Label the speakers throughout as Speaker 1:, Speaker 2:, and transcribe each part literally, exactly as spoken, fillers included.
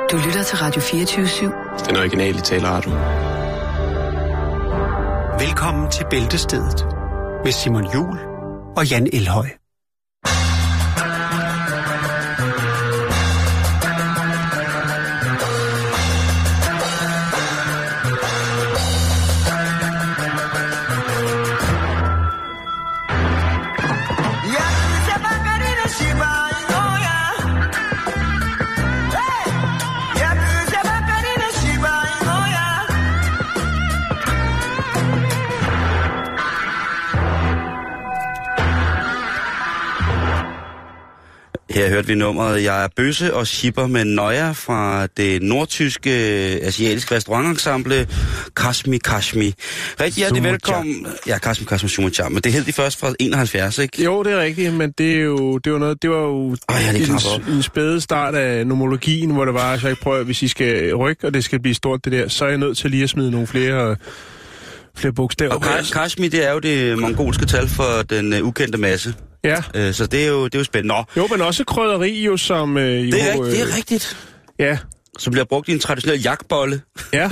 Speaker 1: Du lytter til Radio fireogtyve syv.
Speaker 2: Den originale taleradio.
Speaker 3: Velkommen til Bæltestedet med Simon Juhl og Jan Elhøj.
Speaker 4: Her hørte vi nummeret Jeg er bøsse og shipper med Nøja fra det nordtyske asiatiske restaurantensemble Kashmi Kashmi. Rigtig hjertelig velkommen. Ja, Kashmi Kashmi Sumacham, men det er helt først fra enoghalvfjerds, ikke?
Speaker 5: Jo, det er rigtigt, men det er jo, det var noget, det var jo
Speaker 4: Ej,
Speaker 5: en, en spæde start af nomologien, hvor det var, så jeg prøver, hvis I skal rykke, og det skal blive stort det der, så er jeg nødt til lige at smide nogle flere, flere bogstaver.
Speaker 4: Og Kashmi, det er jo det mongolske tal for den uh, ukendte masse.
Speaker 5: Ja.
Speaker 4: Øh, så det er jo, det er jo spændende. Nå.
Speaker 5: Jo, men også krydderi jo, som... Øh, jo,
Speaker 4: det, er,
Speaker 5: øh,
Speaker 4: det er rigtigt.
Speaker 5: Ja.
Speaker 4: Som bliver brugt i en traditionel jagtbolle.
Speaker 5: Ja.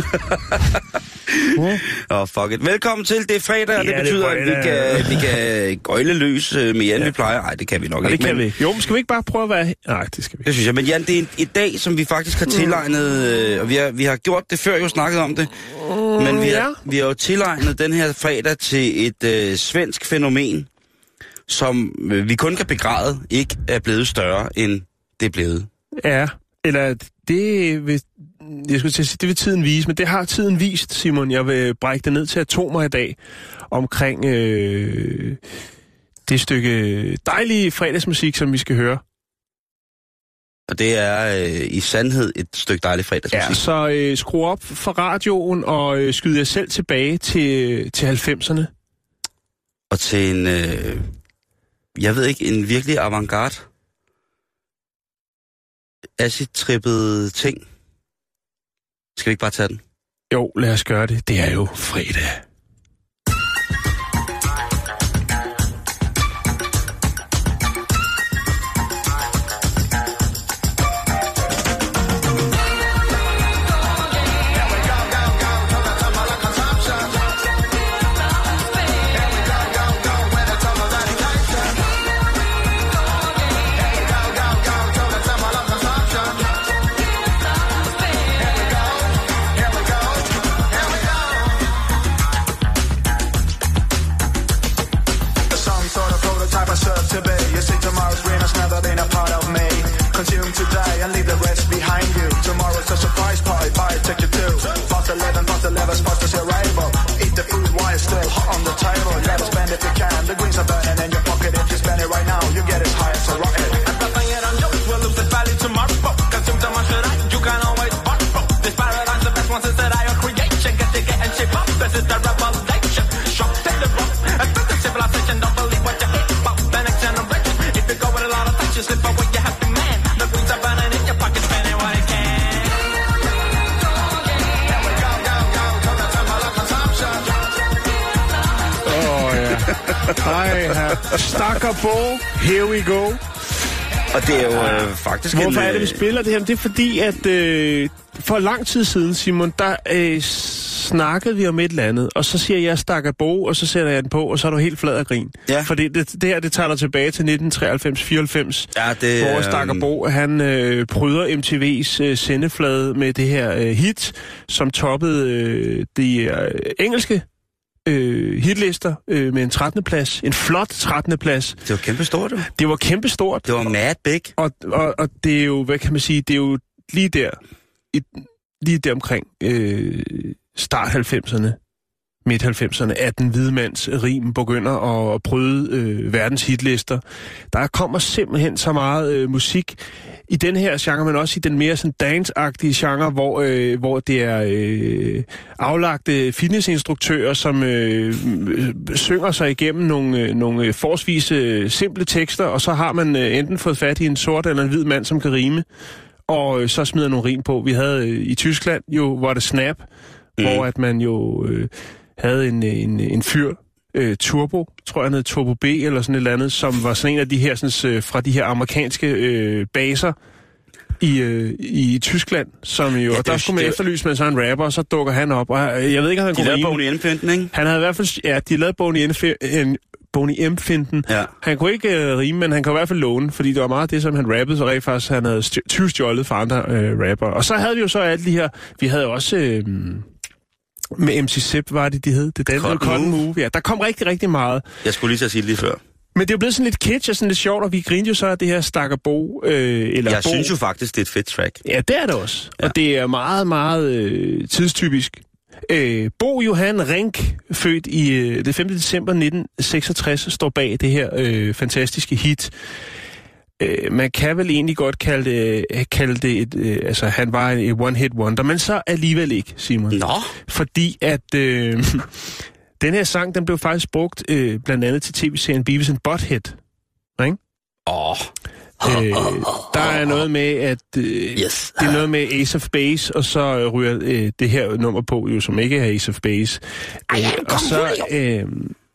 Speaker 4: Åh, oh, fuck it. Velkommen til. Det er fredag, og det ja, betyder, det at vi kan, vi kan gøjle løs med Jan, ja. Vi plejer. Nej, det kan vi nok
Speaker 5: ja,
Speaker 4: ikke.
Speaker 5: Det kan
Speaker 4: men...
Speaker 5: vi. Jo, men skal vi ikke bare prøve at være... Nej, det skal vi.
Speaker 4: Det synes jeg. Men Jan, det er en, et dag, som vi faktisk har tilegnet, og vi har, vi har gjort det før, jo snakket om det. Men vi har, ja. vi har jo tilegnet den her fredag til et øh, svensk fænomen, som vi kun kan begræde, ikke er blevet større, end det er blevet.
Speaker 5: Ja, eller det vil, jeg skulle til at sige, det vil tiden vise, men det har tiden vist, Simon. Jeg vil brække det ned til atomer i dag, omkring øh, det stykke dejlige fredagsmusik, som vi skal høre.
Speaker 4: Og det er øh, i sandhed et stykke dejlig fredagsmusik.
Speaker 5: Ja, så øh, skru op for radioen og øh, skyd jer selv tilbage til, til halvfemserne.
Speaker 4: Og til en... Øh, jeg ved ikke, en virkelig avantgarde, acid-trippet ting. Skal vi ikke bare tage den?
Speaker 5: Jo, lad os gøre det. Det er jo fredag.
Speaker 6: Today and leave the rest behind you. Tomorrow's a surprise party, buy a ticket too. Past eleven, past eleven, past the arrival. Eat the food while it's still hot on the table. Never spend if you can. The greens are burning in your pocket. If you spend it right now, you get as high as a rocket. And nothing yet on jokes will lose its value tomorrow. Consume so much that you can always borrow. This paradigm's the best one since that I creation. Get to get and shape up. This is the revelation. Shock, take the rock. And spend the civilization. Don't believe what you hate about the next generation. If you go with a lot of things, you slip away. You have to man. The greens are burning in your pocket, spending what it can.
Speaker 5: Oh, ja. Hej, her. Stakker Bo. Here we go.
Speaker 4: Og det er jo øh, faktisk
Speaker 5: Hvorfor
Speaker 4: en,
Speaker 5: er det, vi spiller det her? Det er fordi, at øh, for lang tid siden, Simon, der øh, snakkede vi om et eller andet, og så siger jeg Stakker Bo, og så sætter jeg den på, og så er du helt flad af grin. Ja. Fordi det, det her, det tager dig tilbage til nitten treoghalvfems fireoghalvfems,
Speaker 4: ja, det,
Speaker 5: hvor Stakker Bo, han øh, pryder M T V's øh, sendeflade med det her øh, hit, som toppede øh, de øh, engelske øh, hitlister øh, med en trettende plads. En flot trettende plads.
Speaker 4: Det var kæmpestort, jo.
Speaker 5: Det var kæmpestort.
Speaker 4: Det var mad big.
Speaker 5: Og, og, og det er jo, hvad kan man sige, det er jo lige der, i, lige der omkring øh, start halvfemserne, midt halvfemserne, at den hvide mands rim begynder at, at bryde øh, verdens hitlister. Der kommer simpelthen så meget øh, musik i den her genre, men også i den mere sådan dance-agtige genre, hvor, øh, hvor det er øh, aflagte fitnessinstruktører, som øh, synger sig igennem nogle, øh, nogle forholdsvis simple tekster, og så har man øh, enten fået fat i en sort eller en hvid mand, som kan rime, og øh, så smider nogle rim på. Vi havde øh, i Tyskland jo, hvor det Snap, mm. hvor at man jo øh, havde en, en, en fyr, øh, Turbo, tror jeg, han hed Turbo B eller sådan et eller andet, som var sådan en af de her, sådan, øh, fra de her amerikanske øh, baser. i, øh, i Tyskland, som jo, ja, og der skulle man efterlyse med sådan en rapper, og så dukker han op, og jeg ved ikke, om han
Speaker 4: de
Speaker 5: kunne rime.
Speaker 4: De lavede Boney M-finten, ikke? Han
Speaker 5: havde i hvert fald, ja, de lavede Boney M-finten, Boney M-finten.
Speaker 4: Ja.
Speaker 5: Han kunne ikke øh, rime, men han kunne i hvert fald låne, fordi det var meget det, som han rappede, så rigtig faktisk, han havde tyvstjålet for andre øh, rapper. Og så havde vi jo så alle de her, vi havde også... Øh, med M C Zip var det, de hed. Det danske Cotton Move. Ja, der kom rigtig, rigtig meget.
Speaker 4: Jeg skulle lige så sige det lige før.
Speaker 5: Men det er jo blevet sådan lidt kitsch og sådan lidt sjovt, og vi griner jo så af det her Stakker Bo. Øh, eller
Speaker 4: jeg
Speaker 5: Bo.
Speaker 4: synes jo faktisk, det er et fedt track.
Speaker 5: Ja, det er det også.
Speaker 4: Ja.
Speaker 5: Og det er meget, meget øh, tidstypisk. Øh, Bo Johan Rink, født i øh, det femte december nitten seksogtres, står bag det her øh, fantastiske hit. Øh, man kan vel egentlig godt kalde det, kalde det et, øh, altså han var en one-hit wonder, men så alligevel ikke, Simon.
Speaker 4: Nå.
Speaker 5: Fordi at øh, den her sang, den blev faktisk brugt øh, blandt andet til tv-serien Beavis and Butthead. Ikke?
Speaker 4: Åh. Oh.
Speaker 5: Øh, der er noget med, at øh,
Speaker 4: yes.
Speaker 5: det er noget med Ace of Base, og så øh, ryger øh, det her nummer på, jo, som ikke er Ace of Base. Øh, og så... Øh,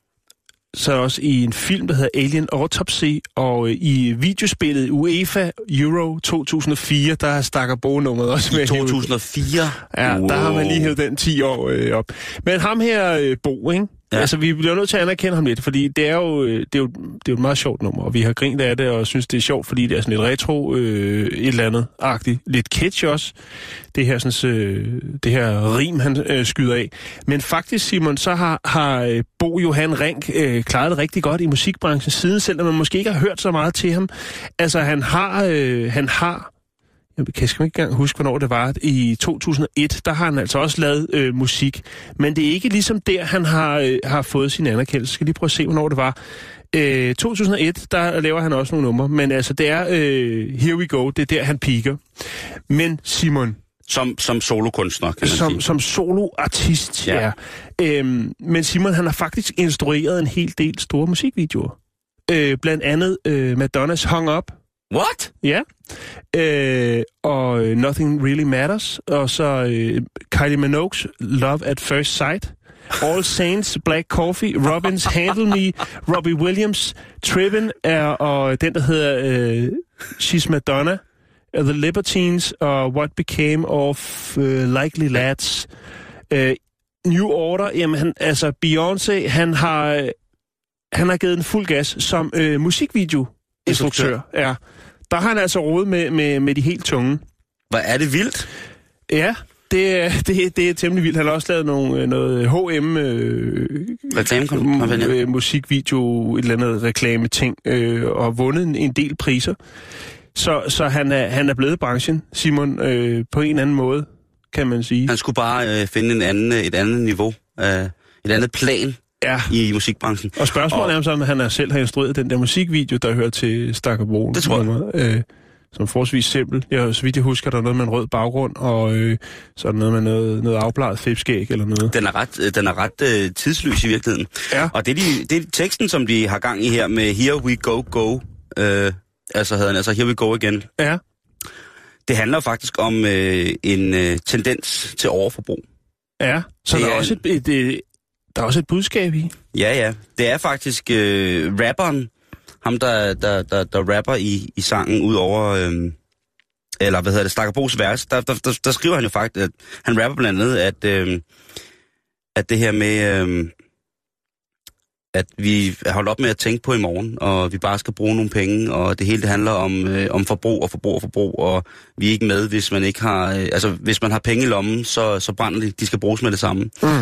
Speaker 5: så også i en film, der hedder Alien Autopsy, og i videospillet UEFA Euro to tusind og fire, der har Stakker Bo-nummeret også med.
Speaker 4: I to tusind og fire?
Speaker 5: Ja,
Speaker 4: wow.
Speaker 5: Der har man lige hævet den ti år øh, op. Men ham her, øh, Bo, ikke? Ja. Altså, vi bliver nødt til at anerkende ham lidt, fordi det er jo, det er jo, det er jo et meget sjovt nummer, og vi har grint af det, og synes, det er sjovt, fordi det er sådan lidt retro, øh, et eller andet-agtigt. Lidt kitsch også, det her, sådan, øh, det her rim, han øh, skyder af. Men faktisk, Simon, så har, har Bo Johan Rink øh, klaret det rigtig godt i musikbranchen siden, selvom man måske ikke har hørt så meget til ham. Altså, han har... Øh, han har Jeg kan ikke engang huske, hvornår det var. I to tusind og et, der har han altså også lavet øh, musik. Men det er ikke ligesom der, han har, øh, har fået sin anerkendelse. Skal lige prøve at se, hvornår det var. Øh, to tusind og et, der laver han også nogle numre. Men altså, det er øh, Here We Go. Det er der, han piker. Men Simon...
Speaker 4: Som, som solokunstner, kan man
Speaker 5: som,
Speaker 4: sige.
Speaker 5: Som soloartist, ja. ja. Øhm, men Simon, han har faktisk instrueret en hel del store musikvideoer. Øh, blandt andet øh, Madonnas Hung Up.
Speaker 4: What?
Speaker 5: Ja. Øh, og Nothing Really Matters. Og så øh, Kylie Minogue's Love at First Sight. All Saints, Black Coffee, Robins Handle Me, Robbie Williams, Trippin' er, og den, der hedder øh, She's Madonna, The Libertines og What Became of uh, Likely Lads. Uh, New Order, jamen han, altså Beyoncé, han har, han har givet en fuld gas som uh, musikvideo-instruktør. Ja. Der har han altså rodet med, med, med de helt tunge.
Speaker 4: Hvad er det vildt?
Speaker 5: Ja, det er, det, det er temmelig vildt. Han har også lavet nogle, noget H M øh, øh, musikvideo, et eller andet reklame-ting, øh, og vundet en, en del priser. Så, så han, er, han er blevet branchen, Simon, øh, på en eller anden måde, kan man sige.
Speaker 4: Han skulle bare øh, finde en anden, et andet niveau, øh, et andet plan
Speaker 5: ja.
Speaker 4: i musikbranchen.
Speaker 5: Og spørgsmålet og... er, om han selv har instrueret den der musikvideo, der hører til Stakker Bo.
Speaker 4: Det tror jeg.
Speaker 5: Øh, som forholdsvis simpel. Jeg, så vidt jeg husker, der er noget med en rød baggrund, og øh, så er der noget med noget, noget afbladet fipskæg eller noget.
Speaker 4: Den er ret, den er ret øh, tidsløs i virkeligheden.
Speaker 5: Ja.
Speaker 4: Og det er, de, det er teksten, som de har gang i her med Here We Go Go, øh, altså hedder den, altså Here We Go Again.
Speaker 5: Ja.
Speaker 4: Det handler faktisk om øh, en øh, tendens til overforbrug.
Speaker 5: Ja, så der er, er også et, et, et, der er også et budskab i.
Speaker 4: Ja, ja. Det er faktisk øh, rapperen, ham der, der, der, der rapper i, i sangen ud over, øh, eller hvad hedder det, Stakker Bos vers, der, der, der, der skriver han jo faktisk, at han rapper blandt andet, at, øh, at det her med, øh, at vi har holdt op med at tænke på i morgen, og vi bare skal bruge nogle penge, og det hele det handler om, øh, om forbrug og forbrug og forbrug, og vi er ikke med, hvis man ikke har, øh, altså hvis man har penge i lommen, så, så brænder de, de skal bruges med det samme. Mm.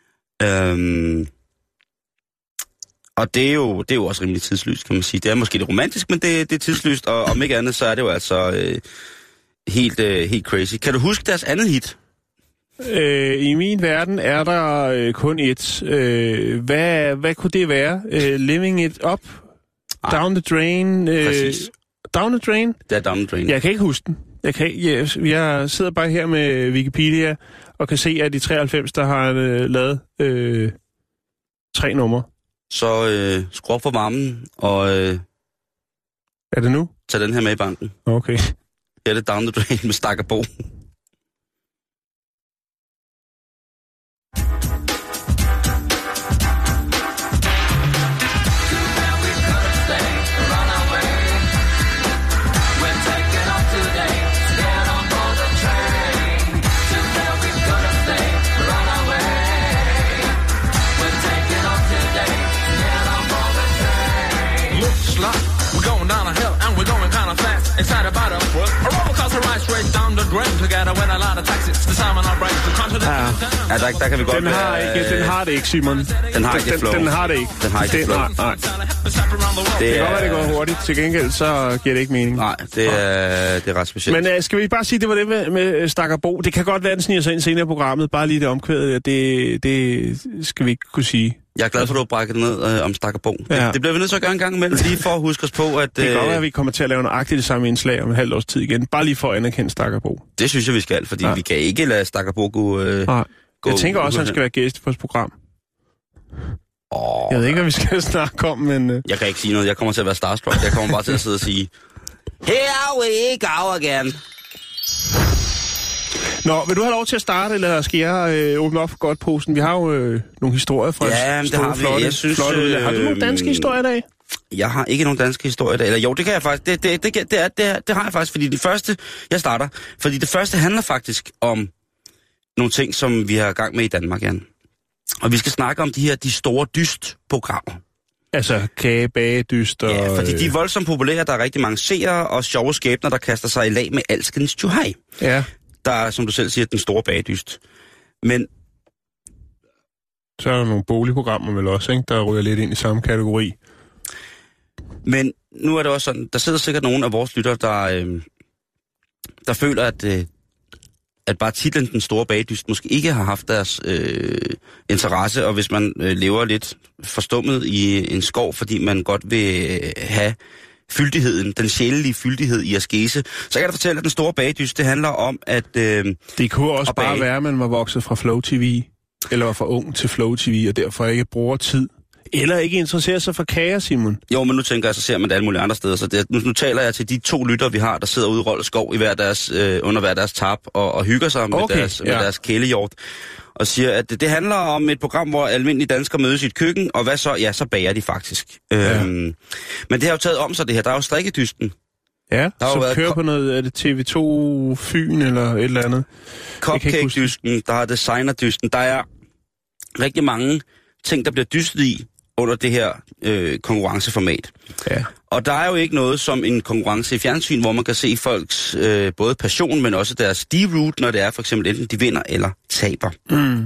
Speaker 4: Øhm, og det er, jo, det er jo også rimelig tidsløst, kan man sige. Det er måske lidt romantisk, men det, det er tidsløst, og om ikke andet, så er det jo altså øh, helt, øh, helt crazy. Kan du huske deres andet hit?
Speaker 5: Øh, I min verden er der øh, kun et. Øh, hvad, hvad kunne det være? Øh, living It Up? Ah, down the Drain? Øh,
Speaker 4: præcis.
Speaker 5: Down the Drain?
Speaker 4: Det er Down the Drain.
Speaker 5: Jeg kan ikke huske den. Jeg, kan, jeg, jeg sidder bare her med Wikipedia og kan se, at i treoghalvfems, der har han øh, lavet øh, tre numre.
Speaker 4: Så øh, skru op for varmen, og øh,
Speaker 5: er det nu?
Speaker 4: Tag den her med i banken.
Speaker 5: Okay.
Speaker 4: Her er det Down the Drain med Stakker Bo.
Speaker 2: We're taking off today.
Speaker 4: Ja, ja der, der kan vi godt
Speaker 5: den har
Speaker 4: være,
Speaker 5: ikke, den har det ikke, Simon.
Speaker 4: Den har
Speaker 5: den,
Speaker 4: ikke det flow.
Speaker 5: Den, den har det ikke.
Speaker 4: Den har ikke det flow.
Speaker 5: Nej, nej. Det kan godt være, det går hurtigt. Til gengæld, så giver det ikke mening.
Speaker 4: Nej, det er, det er ret specielt.
Speaker 5: Men uh, skal vi bare sige, det var det med, med Stakkerbo. Det kan godt være, den sniger sig ind senere i programmet. Bare lige det omkvædet. Det, det skal vi ikke kunne sige.
Speaker 4: Jeg er glad for, at du har brækket ned øh, om Stakkerbo.
Speaker 5: Ja.
Speaker 4: Det, det bliver vi nødt til at gøre en gang imellem, lige for at huske os på, at...
Speaker 5: Det kan
Speaker 4: øh,
Speaker 5: godt være, at vi kommer til at lave nøjagtigt det samme indslag om et halvt års tid igen. Bare lige for at anerkende Stakkerbo.
Speaker 4: Det synes jeg, vi skal, fordi
Speaker 5: ja.
Speaker 4: vi kan ikke lade Stakkerbo gå... Øh,
Speaker 5: Nej.
Speaker 4: gå
Speaker 5: Jeg tænker også,
Speaker 4: gå
Speaker 5: at han skal være gæst på vores program.
Speaker 4: Oh,
Speaker 5: jeg ved ikke, hvad vi skal snakke om, men... Uh...
Speaker 4: Jeg kan ikke sige noget. Jeg kommer til at være starstruck. Jeg kommer bare til at sidde og sige... Here we go again.
Speaker 5: Nå, vil du have lov til at starte, eller skal jeg øh, åbne op for godt posen? Vi har jo øh, nogle historier fra...
Speaker 4: Ja, det har vi.
Speaker 5: Flotte,
Speaker 4: jeg synes,
Speaker 5: flotte øh, har du nogle danske historier i dag?
Speaker 4: Jeg har ikke nogen danske historier i dag. Eller jo, det kan jeg faktisk. Det, det, det, det, er, det, er, det har jeg faktisk, fordi det første... Jeg starter. Fordi det første handler faktisk om nogle ting, som vi har gang med i Danmark, Jan. Og vi skal snakke om de her de store dyst-programmer.
Speaker 5: Altså kage, bage, dyst og...
Speaker 4: Ja, fordi de er voldsomt populære. Der er rigtig mange seere og sjove skæbner, der kaster sig i lag med alskens tjuhej.
Speaker 5: Ja.
Speaker 4: Der er, som du selv siger, den store bagdyst. Men...
Speaker 5: Så er der nogle boligprogrammer vel også, ikke? Der ryger lidt ind i samme kategori.
Speaker 4: Men nu er det også sådan, der sidder sikkert nogle af vores lyttere, der, øh, der føler, at, øh, at bare titlen Den Store Bagdyst måske ikke har haft deres øh, interesse, og hvis man øh, lever lidt forstummet i en skov, fordi man godt vil øh, have fyldigheden, den sjælelige fyldighed i askese, så kan jeg da fortælle, at Den Store Bagdyst, det handler om, at... Øh,
Speaker 5: det kunne også bare
Speaker 4: bage.
Speaker 5: være, at man var vokset fra Flow T V, eller var for ung til Flow T V, og derfor ikke bruger tid. Eller ikke interesserer sig for kager, Simon.
Speaker 4: Jo, men nu tænker jeg, så ser man det alle mulige andre steder. Så det, nu, nu taler jeg til de to lytter, vi har, der sidder ude i Rold Skov i hver deres, øh, under hver deres tap og, og hygger sig med,
Speaker 5: okay,
Speaker 4: deres,
Speaker 5: ja.
Speaker 4: med deres kælehjort. Og siger, at det, det handler om et program, hvor almindelige danskere mødes i et køkken, og hvad så? Ja, så bager de faktisk. Ja. Øhm, men det har jo taget om sig det her. Der er jo strikkedysten.
Speaker 5: Ja,
Speaker 4: der
Speaker 5: som kører
Speaker 4: ko-
Speaker 5: på noget, er det T V to Fyn eller et eller andet?
Speaker 4: Cupcake-dysten, der er designer-dysten. Der er rigtig mange ting, der bliver dystet i under det her øh, konkurrenceformat.
Speaker 5: Ja.
Speaker 4: Og der er jo ikke noget som en konkurrence i fjernsyn, hvor man kan se folks øh, både passion, men også deres de-route, når det er for eksempel enten de vinder eller taber.
Speaker 5: Mm.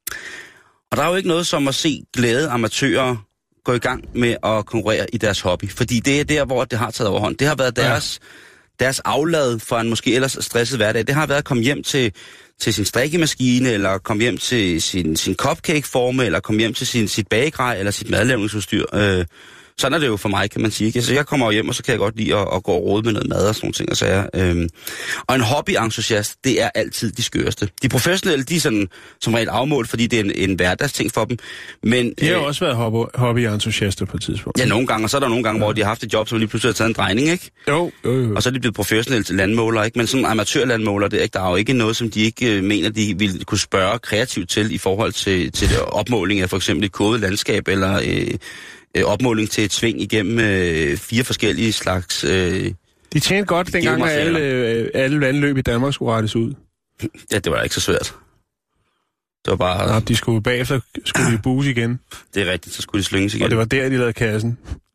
Speaker 4: Og der er jo ikke noget som at se glade amatører gå i gang med at konkurrere i deres hobby. Fordi det er der, hvor det har taget overhånd. Det har været deres, ja. deres aflad for en måske ellers stresset hverdag. Det har været at komme hjem til, til sin strikkemaskine, eller komme hjem til sin, sin cupcake-forme, eller komme hjem til sin, sit bagegrej, eller sit madlavningsudstyr. Øh, sådan er det jo for mig, kan man sige. Altså, jeg kommer hjem, og så kan jeg godt lide at, at gå og rode med noget mad og sådan nogle ting. Og, så øhm. og en hobbyentusiast, det er altid de skøreste. De professionelle, de er sådan, som regel afmålt, fordi det er en, en hverdagsting for dem. Men,
Speaker 5: de har
Speaker 4: øh,
Speaker 5: også været hobby, hobbyentusiaster på et tidspunkt.
Speaker 4: Ja, nogle gange. Og så er der nogle gange, ja. hvor de har haft et job, som lige pludselig har taget en drejning, ikke?
Speaker 5: Jo, jo, jo.
Speaker 4: Og så er de blevet professionelle til landmålere, ikke? Men sådan amatørlandmålere, det er ikke, der er jo ikke noget, som de ikke øh, mener, de ville kunne spørge kreativt til i forhold til, til opmåling af for eksempel et kodet landskab, eller... Øh, opmåling til et sving igennem øh, fire forskellige slags... Øh,
Speaker 5: de tjente godt dengang, at alle, øh, alle vandløb i Danmark skulle rettes ud.
Speaker 4: Ja, det var da ikke så svært. Det var bare...
Speaker 5: Nå, de skulle bagefter skulle de buse igen.
Speaker 4: Det er rigtigt, så skulle de slynges igen.
Speaker 5: Og det var der, de lavede kassen.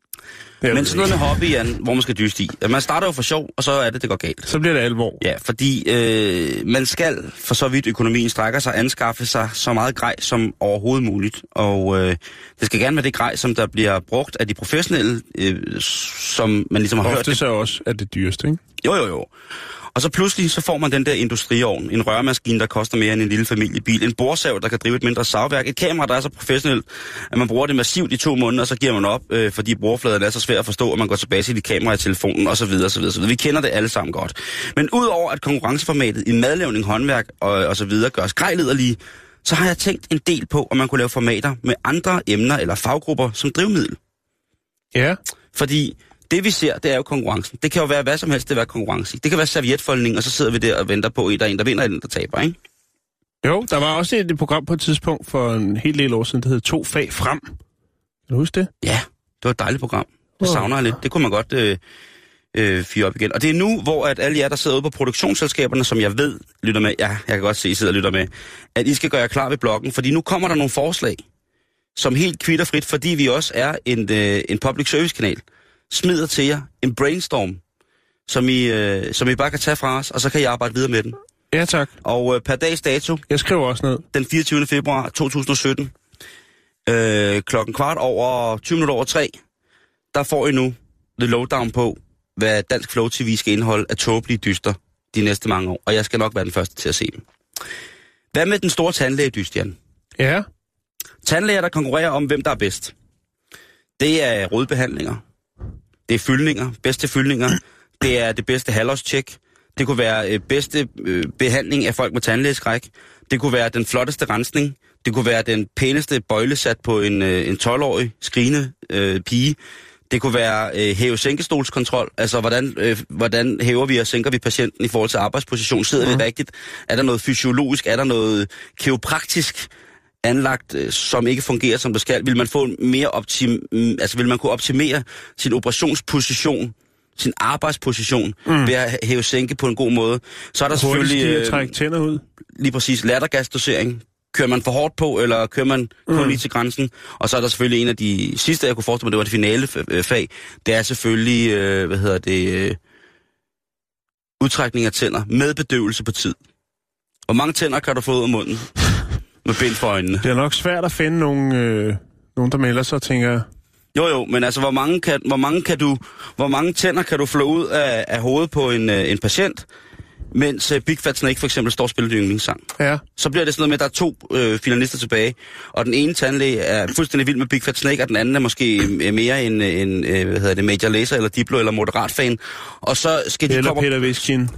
Speaker 4: Men sådan noget med hobby, Jan, hvor man skal dyste i. Man starter jo for sjov, og så er det, det går galt.
Speaker 5: Så bliver det alvor.
Speaker 4: Ja, fordi øh, man skal, for så vidt økonomien strækker sig, anskaffe sig så meget grej som overhovedet muligt. Og øh, det skal gerne være det grej, som der bliver brugt af de professionelle, øh, som man ligesom har
Speaker 5: Ofte
Speaker 4: hørt.
Speaker 5: Ofte så også er det dyreste, ikke?
Speaker 4: Jo, jo, jo. Og så pludselig så får man den der industriovn, en rørmaskine, der koster mere end en lille familiebil, en borsav, der kan drive et mindre savværk, et kamera, der er så professionelt, at man bruger det massivt i to måneder, og så giver man op, øh, fordi brugerfladen er så svær at forstå, og man går tilbage til de kamera i telefonen, osv. osv., osv. Vi kender det alle sammen godt. Men udover at konkurrenceformatet i madlavning, håndværk og, og så videre gøres grejlederlige, så har jeg tænkt en del på, om man kunne lave formater med andre emner eller faggrupper som drivmiddel.
Speaker 5: Ja.
Speaker 4: Fordi... det vi ser, det er jo konkurrencen. Det kan jo være hvad som helst, det er konkurrence. Det kan være servietfoldning, og så sidder vi der og venter på, at der er en, der vinder, og en, der taber, ikke?
Speaker 5: Jo, der var også et program på et tidspunkt for en hel del år siden, der hed To Fag Frem. Kan du huske det?
Speaker 4: Ja, det var et dejligt program. Det savner jeg lidt. Det kunne man godt øh, øh, fyre op igen. Og det er nu, hvor at alle jer, der sidder ude på produktionsselskaberne, som jeg ved lytter med, ja, jeg kan godt se, I sidder og lytter med, at I skal gøre jer klar ved bloggen, fordi nu kommer der nogle forslag, som helt kvitterfrit, fordi vi også er en, øh, en public service kanal, smider til jer en brainstorm, som I, øh, som I bare kan tage fra os, og så kan I arbejde videre med den.
Speaker 5: Ja, tak.
Speaker 4: Og øh, per dags dato,
Speaker 5: jeg skriver også ned,
Speaker 4: den fireogtyvende februar to tusind og sytten, øh, klokken kvart over, tyve minutter over tre, der får I nu the lowdown på, hvad Dansk Flow T V skal indeholde af tåbelige dyster de næste mange år. Og jeg skal nok være den første til at se dem. Hvad med den store tandlægedyst, Jan?
Speaker 5: Ja.
Speaker 4: Tandlæger, der konkurrerer om, hvem der er bedst. Det er rodbehandlinger. Det er fyldninger. Bedste fyldninger. Det er det bedste halvårstjek. Det kunne være øh, bedste øh, behandling af folk med tandlægeskræk. Det kunne være den flotteste rensning. Det kunne være den pæneste bøjle sat på en, øh, en tolv-årig skrigende øh, pige. Det kunne være øh, hæve-sænkestolskontrol. Altså, hvordan, øh, hvordan hæver vi og sænker vi patienten i forhold til arbejdsposition? Sidder mm. vi rigtigt? Er der noget fysiologisk? Er der noget kiropraktisk anlagt, øh, som ikke fungerer, som det skal? Vil man få mere optim... Altså, vil man kunne optimere sin operationsposition, sin arbejdsposition, mm. ved at hæve-sænke på en god måde? Så er der selvfølgelig...
Speaker 5: Hurtigt øh, trække tænder ud.
Speaker 4: Lige præcis. Lattergasdosering. Kører man for hårdt på, eller kører man kun mm. lige til grænsen? Og så er der selvfølgelig en af de sidste, jeg kunne forestille mig, det var det finale fag. Det er selvfølgelig, øh, hvad hedder det, øh, udtrækning af tænder med bedøvelse på tid. Hvor mange tænder kan du få ud af munden med bind for øjnene?
Speaker 5: Det er nok svært at finde nogen, øh, nogen der melder sig, tænker jeg.
Speaker 4: Jo jo, men altså, hvor mange, kan, hvor mange, kan du, hvor mange tænder kan du flå ud af, af hovedet på en, øh, en patient? Mens uh, Big Fat Snake for eksempel står og spiller din yndlingssang.
Speaker 5: Ja.
Speaker 4: Så bliver det sådan noget med, at der er to øh, finalister tilbage, og den ene tandlæge er fuldstændig vild med Big Fat Snake, og den anden er måske øh, mere en, en øh, hvad hedder det, Major Lazer, eller Diplo, eller Moderat fan. Og så skal de
Speaker 5: eller
Speaker 4: komme...
Speaker 5: Peter Viskin.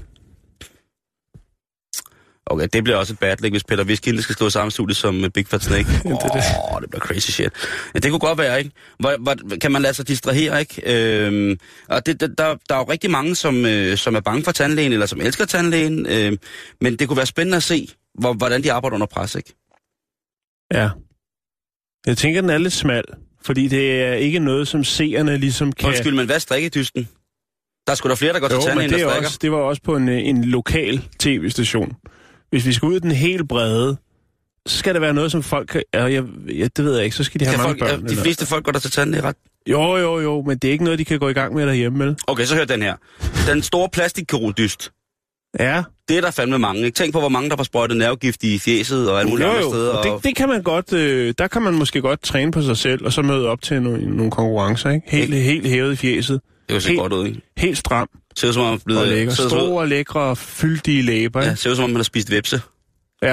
Speaker 4: Okay, det bliver også et bad leg, hvis Peter Viskin skal stå i samme studie som uh, Big Fat Snake. Åh, oh, det, oh, det bliver crazy shit. Ja, det kunne godt være, ikke? Hvor, hvor, kan man lade sig distrahere, ikke? Øhm, og det, der, der er jo rigtig mange, som, øh, som er bange for tandlægen, eller som elsker tandlægen. Øh, men det kunne være spændende at se, hvor, hvordan de arbejder under pres, ikke?
Speaker 5: Ja. Jeg tænker, den er lidt smal, fordi det er ikke noget, som seerne ligesom kan...
Speaker 4: Undskyld, men hvad er strikkedysten? Der er sgu da flere, der går jo, til tandlægen, der strikker.
Speaker 5: Også, det var også på en, en lokal tv-station. Hvis vi skal ud i den helt brede, så skal det være noget, som folk kan... Ja, jeg, jeg, det ved jeg ikke, så skal de have
Speaker 4: kan
Speaker 5: mange
Speaker 4: folk,
Speaker 5: børn.
Speaker 4: Ja, de eller... fleste folk går der til tandlæge, ret?
Speaker 5: Jo, jo, jo, men det er ikke noget, de kan gå i gang med derhjemme, vel?
Speaker 4: Okay, så hør den her. Den store plastikkirurgdyst.
Speaker 5: Ja.
Speaker 4: Det er der fandme mange, ikke? Tænk på, hvor mange, der får sprøjtet nervegift i fjeset og alle mulige andre steder.
Speaker 5: Og det, det kan man godt... Øh, der kan man måske godt træne på sig selv, og så møde op til nogle, nogle konkurrencer, ikke? Helt, ikke? helt hævet i fjeset.
Speaker 4: Det vil se
Speaker 5: helt,
Speaker 4: godt ud, ikke?
Speaker 5: Helt stram.
Speaker 4: Ser ud som om man er blevet...
Speaker 5: Og lækker. Store, lækre, fyldige læber, ikke?
Speaker 4: Ja, ser ud som om man har spist vepse.
Speaker 5: Ja.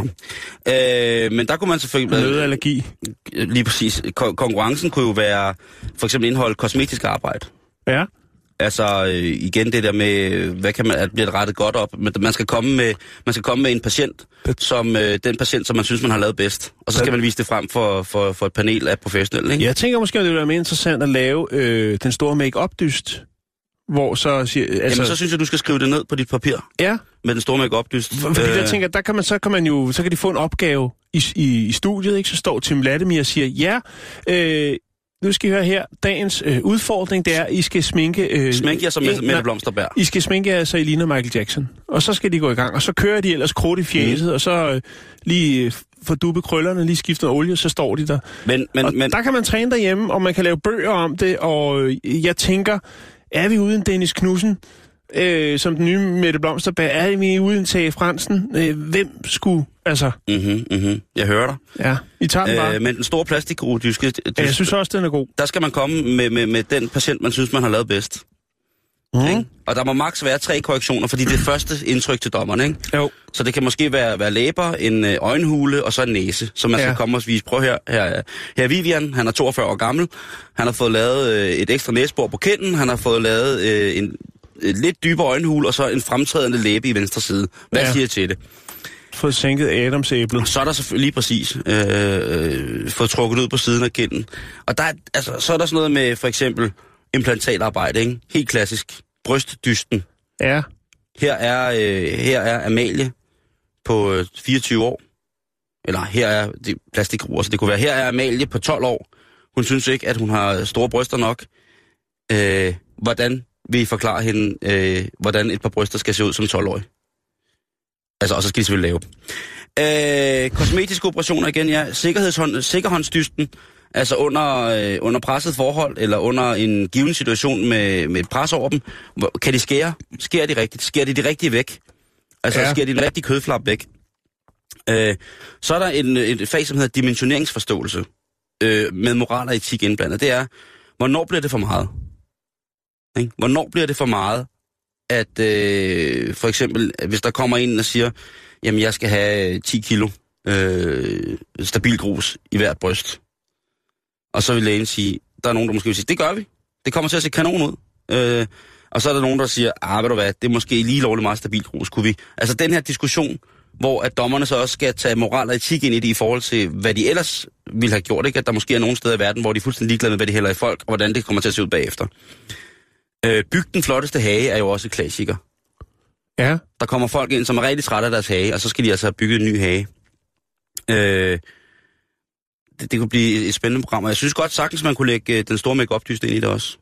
Speaker 4: øh, men der kunne man selvfølgelig...
Speaker 5: Nødallergi.
Speaker 4: Lige præcis. Kon- konkurrencen kunne jo være for eksempel indholde kosmetisk arbejde.
Speaker 5: Ja.
Speaker 4: Altså øh, igen det der med, hvad kan man, at bliver det rettet godt op. Men man skal komme med, man skal komme med en patient, som øh, den patient, som man synes, man har lavet bedst. Og så skal man vise det frem for, for, for et panel af professionelle, ikke?
Speaker 5: Jeg tænker måske, at det ville være mere interessant at lave øh, den store make-up-dyst. Hvor så siger... Altså,
Speaker 4: Jamen, så synes jeg, du skal skrive det ned på dit papir.
Speaker 5: Ja.
Speaker 4: Med den store make-up-dyst.
Speaker 5: Fordi øh... jeg tænker, der kan man, så kan man jo... Så kan de få en opgave i, i, i studiet, ikke? Så står Tim Lattemir og siger, ja, øh, nu skal I høre her, dagens øh, udfordring, det er, I skal sminke... Øh,
Speaker 4: sminke jer som Mette Blomsterberg.
Speaker 5: I skal sminke jer, så I ligner Michael Jackson. Og så skal de gå i gang. Og så kører de ellers krudt i fjeset, mm. og så øh, lige... Øh, for dubbe krøllerne, lige skiftet olie, så står de der. Men, men, men... Der kan man træne derhjemme, og man kan lave bøger om det, og jeg tænker, er vi uden Dennis Knudsen, øh, som den nye Mette Blomsterberg? Er vi uden Tage Fransen? Øh, hvem skulle, altså...
Speaker 4: Mhm, mhm. Jeg hører dig.
Speaker 5: Ja, I tager den bare.
Speaker 4: Øh, men den store plastikkirurgiske...
Speaker 5: Ja, jeg synes også, den er god.
Speaker 4: Der skal man komme med, med, med den patient, man synes, man har lavet bedst. Mm. Og der må maks være tre korrektioner, fordi det er første indtryk til dommeren, ikke?
Speaker 5: Jo.
Speaker 4: Så det kan måske være, være læber, en øh, øjenhule og så en næse, som man ja. skal komme og vise. Prøv her, her, her er Vivian, han er toogfyrre år gammel, han har fået lavet øh, et ekstra næsebor på kinden, han har fået lavet øh, en øh, lidt dybere øjenhule og så en fremtrædende læbe i venstre side. Hvad ja. siger til det?
Speaker 5: Fået sænket Adamsæblet.
Speaker 4: Så er der selvfølgelig lige præcis øh, øh, fået trukket ud på siden af kinden. Og der er, altså, så er der sådan noget med for eksempel implantatarbejde, ikke? Helt klassisk. Brystdysten.
Speaker 5: Ja.
Speaker 4: Her er, øh, her er Amalie på øh, fireogtyve år. Eller her er det plastikruer, så det kunne være, her er Amalie på tolv år. Hun synes ikke, at hun har store bryster nok. Øh, hvordan vil I forklare hende, øh, hvordan et par bryster skal se ud som tolv-årig? Altså, og så skal de selvfølgelig lave. Øh, kosmetiske operationer igen, ja. Sikkerhedshånd, sikkerhåndsdysten altså under, øh, under presset forhold, eller under en given situation med, med et pres over dem, hvor, kan de skære? Skærer de rigtigt? Skærer de de rigtige væk? Altså, ja. Skærer de en rigtig kødflap væk? Øh, så er der en, et fag, som hedder dimensioneringsforståelse, øh, med moral og etik indblandet. Det er, hvornår bliver det for meget? Ikke? Hvornår bliver det for meget, at øh, for eksempel, hvis der kommer en og siger, jamen jeg skal have ti kilo øh, stabil grus i hvert bryst. Og så vil lægen sige, der er nogen, der måske vil sige, det gør vi. Det kommer til at se kanon ud. Øh, og så er der nogen, der siger, ah, ved du hvad, det er måske lige lovligt meget stabil grus, kunne vi. Altså den her diskussion, hvor at dommerne så også skal tage moral og etik ind i det i forhold til, hvad de ellers ville have gjort, ikke? At der måske er nogle steder i verden, hvor de er fuldstændig ligeglade med, hvad de hælder i folk, og hvordan det kommer til at se ud bagefter. Øh, byg den flotteste hage er jo også et klassiker.
Speaker 5: Ja.
Speaker 4: Der kommer folk ind, som er rigtig trætte af deres hage, og så skal de altså have bygget en ny hage. Øh, det, det kunne blive et spændende program, og jeg synes godt sagtens, man kunne lægge den store make-up-dyst ind i det også.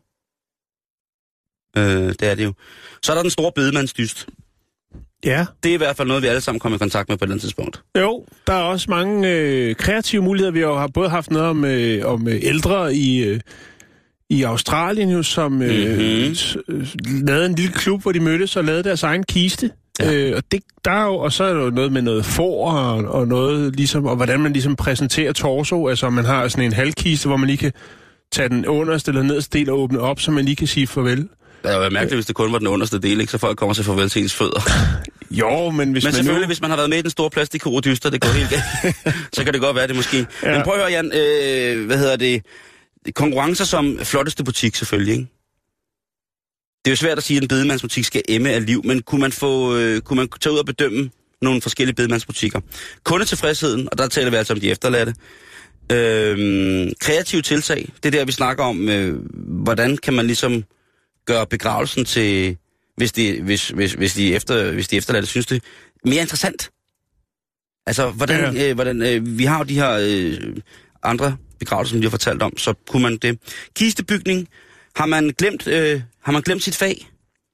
Speaker 4: Øh, det er det jo. Så er der den store bedemandsdyst.
Speaker 5: Ja.
Speaker 4: Det er i hvert fald noget, vi alle sammen kommer i kontakt med på et eller andet tidspunkt.
Speaker 5: Jo, der er også mange øh, kreative muligheder. Vi har jo både haft noget om, øh, om øh, ældre i, øh, i Australien, jo, som øh, mm-hmm. lavede en lille klub, hvor de mødtes og lavede deres egen kiste. Ja. Øh, og, det, der er jo, og så er der jo noget med noget får og, og noget ligesom, og hvordan man ligesom præsenterer torso. Altså man har sådan en halvkiste, hvor man lige kan tage den underste eller nederste del og åbne op, så man lige kan sige farvel.
Speaker 4: Det er jo mærkeligt, hvis det kun var den underste del, ikke? Så folk kommer til farvel til ens fødder.
Speaker 5: Jo, men hvis
Speaker 4: men
Speaker 5: man
Speaker 4: selvfølgelig,
Speaker 5: nu...
Speaker 4: hvis man har været med i den store plastikkoredyster, det går helt galt. Så kan det godt være, det måske. Ja. Men prøv at høre, Jan, øh, hvad hedder det? Konkurrencer som flotteste butik, selvfølgelig, ikke? Det er jo svært at sige, at en bedemandsbutik skal emme af liv, men kunne man, få, øh, kunne man tage ud og bedømme nogle forskellige bedemandsbutikker? Kundetilfredsheden, og der taler vi altså om de efterladte. Øh, kreative tiltag, det er der, vi snakker om, øh, hvordan kan man ligesom gøre begravelsen til, hvis de, hvis, hvis, hvis de, efter, hvis de efterladte synes det, mere interessant. Altså, hvordan, ja. øh, hvordan øh, vi har jo de her øh, andre begravelser, som vi har fortalt om, så kunne man det. Kistebygning, har man glemt, øh, har man glemt sit fag?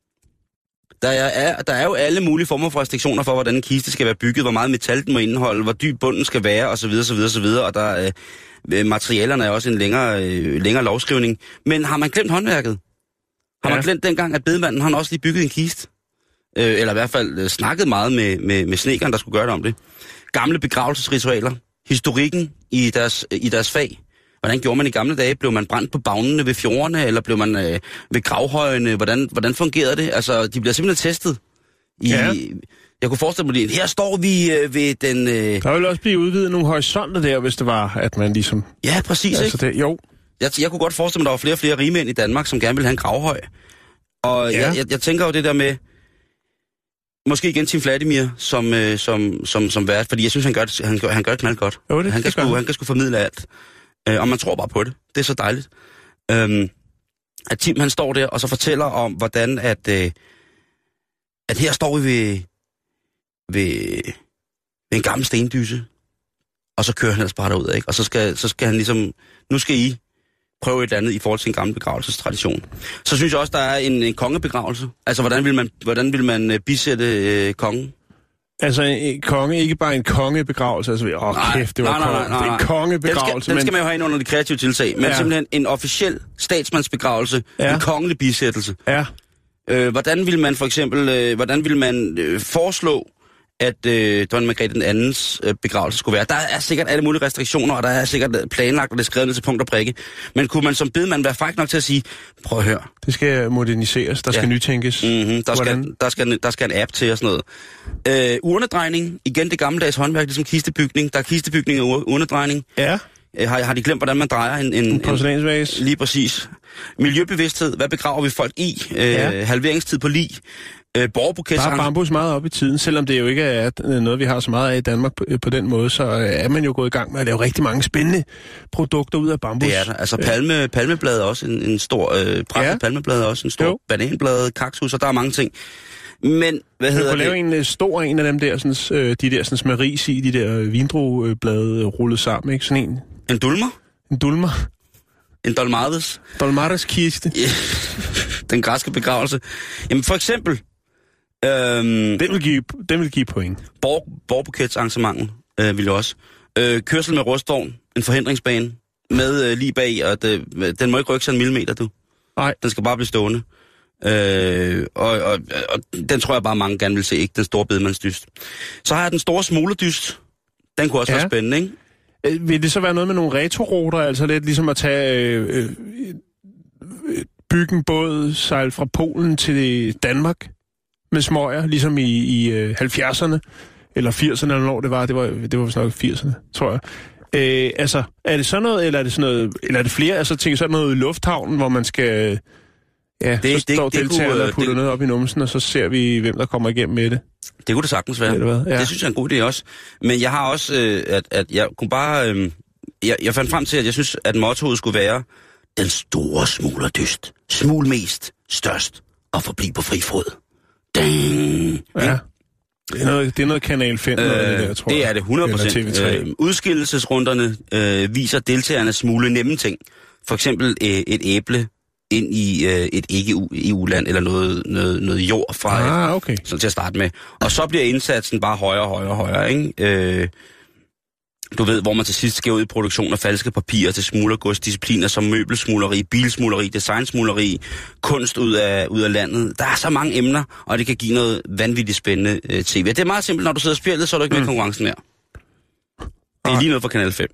Speaker 4: Der er, der er jo alle mulige former for restriktioner for, hvordan en kiste skal være bygget, hvor meget metal den må indeholde, hvor dyb bunden skal være, osv., osv., osv., og der er, øh, materialerne er også en længere, øh, længere lovskrivning. Men har man glemt håndværket? Har man ja. glemt dengang, at bedemanden han også lige bygget en kiste? Øh, eller i hvert fald øh, snakket meget med, med, med snedkeren, der skulle gøre det om det. Gamle begravelsesritualer. Historikken i deres, i deres fag. Hvordan gjorde man i gamle dage? Blev man brændt på bagnene ved fjordene, eller blev man øh, ved gravhøjene? Hvordan, hvordan fungerede det? Altså, de bliver simpelthen testet. I, ja. Jeg kunne forestille mig, at her står vi øh, ved den... Øh...
Speaker 5: Der ville også blive udvidet nogle horisonter der, hvis det var, at man ligesom...
Speaker 4: Ja, præcis,
Speaker 5: altså,
Speaker 4: ikke?
Speaker 5: Det, jo.
Speaker 4: Jeg, jeg kunne godt forestille mig, at der var flere og flere rigmænd i Danmark, som gerne ville have en gravhøj. Og ja. jeg, jeg, jeg tænker jo det der med... Måske igen Tim Vladimir som, øh, som, som, som vært, fordi jeg synes, han gør det, han gør, han gør det knaldt godt.
Speaker 5: Jo, det,
Speaker 4: han, kan sgu, han kan sgu formidle alt. Øh, og man tror bare på det. Det er så dejligt. Øhm, at Tim han står der og så fortæller om, hvordan at, øh, at her står vi ved, ved, ved en gammel stendyse. Og så kører han ellers bare derud, ikke? Og så skal, så skal han ligesom, nu skal I prøve et eller andet i forhold til en gammel begravelsestradition. Så synes jeg også, der er en, en kongebegravelse. Altså, hvordan vil man, hvordan vil man bisætte øh, kongen?
Speaker 5: Altså, en konge, ikke bare en kongebegravelse. Altså, åh,
Speaker 4: nej,
Speaker 5: kæft, det var
Speaker 4: nej, nej, nej, nej.
Speaker 5: Det er en kongebegravelse.
Speaker 4: Den skal, den skal man jo have ind under de kreative tiltag, men ja. simpelthen en officiel statsmandsbegravelse, ja. en kongelig bisættelse.
Speaker 5: Ja.
Speaker 4: Øh, hvordan vil man for eksempel, øh, hvordan vil man øh, foreslå, at øh, dronning Margrethe den andens øh, begravelse skulle være. Der er sikkert alle mulige restriktioner, og der er sikkert planlagt, og det er skrevet ned til punkt og prikke. Men kunne man som bedemand være fræk nok til at sige, prøv at høre.
Speaker 5: Det skal moderniseres, der ja. skal nytænkes.
Speaker 4: Mm-hmm. Der, skal, der, skal, der skal en app til og sådan noget. Øh, urnedrejning, igen det gammeldags håndværk, ligesom kistebygning. Der er kistebygning og urnedrejning.
Speaker 5: Ja.
Speaker 4: Øh, har, har de glemt, hvordan man drejer en... En,
Speaker 5: en porcelænsvase.
Speaker 4: Lige præcis. Miljøbevidsthed, hvad begraver vi folk i? Øh, ja. Halveringstid på lig. Øh,
Speaker 5: der er bambus meget op i tiden, selvom det jo ikke er noget, vi har så meget af i Danmark på, på den måde, så er man jo gået i gang med at lave rigtig mange spændende produkter ud af bambus.
Speaker 4: Det er der. Altså palme, palmeblad er også en, en stor... Øh, presset ja. palmeblad er også en stor jo. bananblad, kaktus, og der er mange ting. Men, hvad hedder det?
Speaker 5: Du kan lave en stor en af dem der, sådan, de der sådan, med ris i, de der vindrueblade rullet sammen, ikke? Sådan en.
Speaker 4: En dulmer?
Speaker 5: En dulmer.
Speaker 4: En dolmades.
Speaker 5: Dolmades kiste.
Speaker 4: Ja. Den græske begravelse. Jamen for eksempel... Øhm,
Speaker 5: den, vil give, den vil give point.
Speaker 4: Borg, Borgbuketsarrangementet øh, vil jeg også. Øh, kørsel med rustvogn, en forhindringsbane, med øh, lige bag, og det, den må ikke rykke sig en millimeter, du.
Speaker 5: Nej.
Speaker 4: Den skal bare blive stående. Øh, og, og, og den tror jeg bare, mange gerne vil se, ikke? Den store bedemandsdyst. Så har jeg den store smuglerdyst. Den kunne også ja. være spændende, ikke?
Speaker 5: Øh, vil det så være noget med nogle retoroter, altså lidt ligesom at tage... Øh, øh, bygge en båd, sejle fra Polen til Danmark med smøger, ligesom i, i øh, halvfjerdserne, eller firserne, eller når det var, det var, det var vist nok firserne, tror jeg. Øh, altså, er det sådan noget, eller er det sådan noget, eller er det flere, altså tænker sådan noget i lufthavnen, hvor man skal, ja,
Speaker 4: det,
Speaker 5: så står
Speaker 4: det,
Speaker 5: deltagerne og putter
Speaker 4: det,
Speaker 5: noget op i numsen, og så ser vi, hvem der kommer igennem med det.
Speaker 4: Det kunne det sagtens være.
Speaker 5: Ja.
Speaker 4: Det synes jeg er en god idé også. Men jeg har også, øh, at, at jeg kunne bare, øh, jeg, jeg fandt frem til, at jeg synes, at mottoet skulle være, den store smuglerdyst. Smugl mest, størst og forbliv på fri fod. Dang.
Speaker 5: Ja. Det er noget, det er noget Kanal fem, øh, noget, det der, tror
Speaker 4: det
Speaker 5: jeg.
Speaker 4: er det, hundrede procent. Øh, udskillelsesrunderne øh, viser deltagerne smule nemme ting. For eksempel øh, et æble ind i øh, et ikke-E U-land, eller noget, noget, noget jord fra
Speaker 5: ah, okay.
Speaker 4: et, sådan til at starte med. Og så bliver indsatsen bare højere, højere, højere, ikke? Øh, Du ved, hvor man til sidst skal ud i produktion af falske papirer til smuglergods, discipliner som møbelsmugleri, bilsmugleri, designsmugleri, kunst ud af, ud af landet. Der er så mange emner, og det kan give noget vanvittigt spændende øh, tv. Det er meget simpelt, når du sidder og spiller, så er du ikke med mm. konkurrencen mere. Det er lige noget for Kanal fem.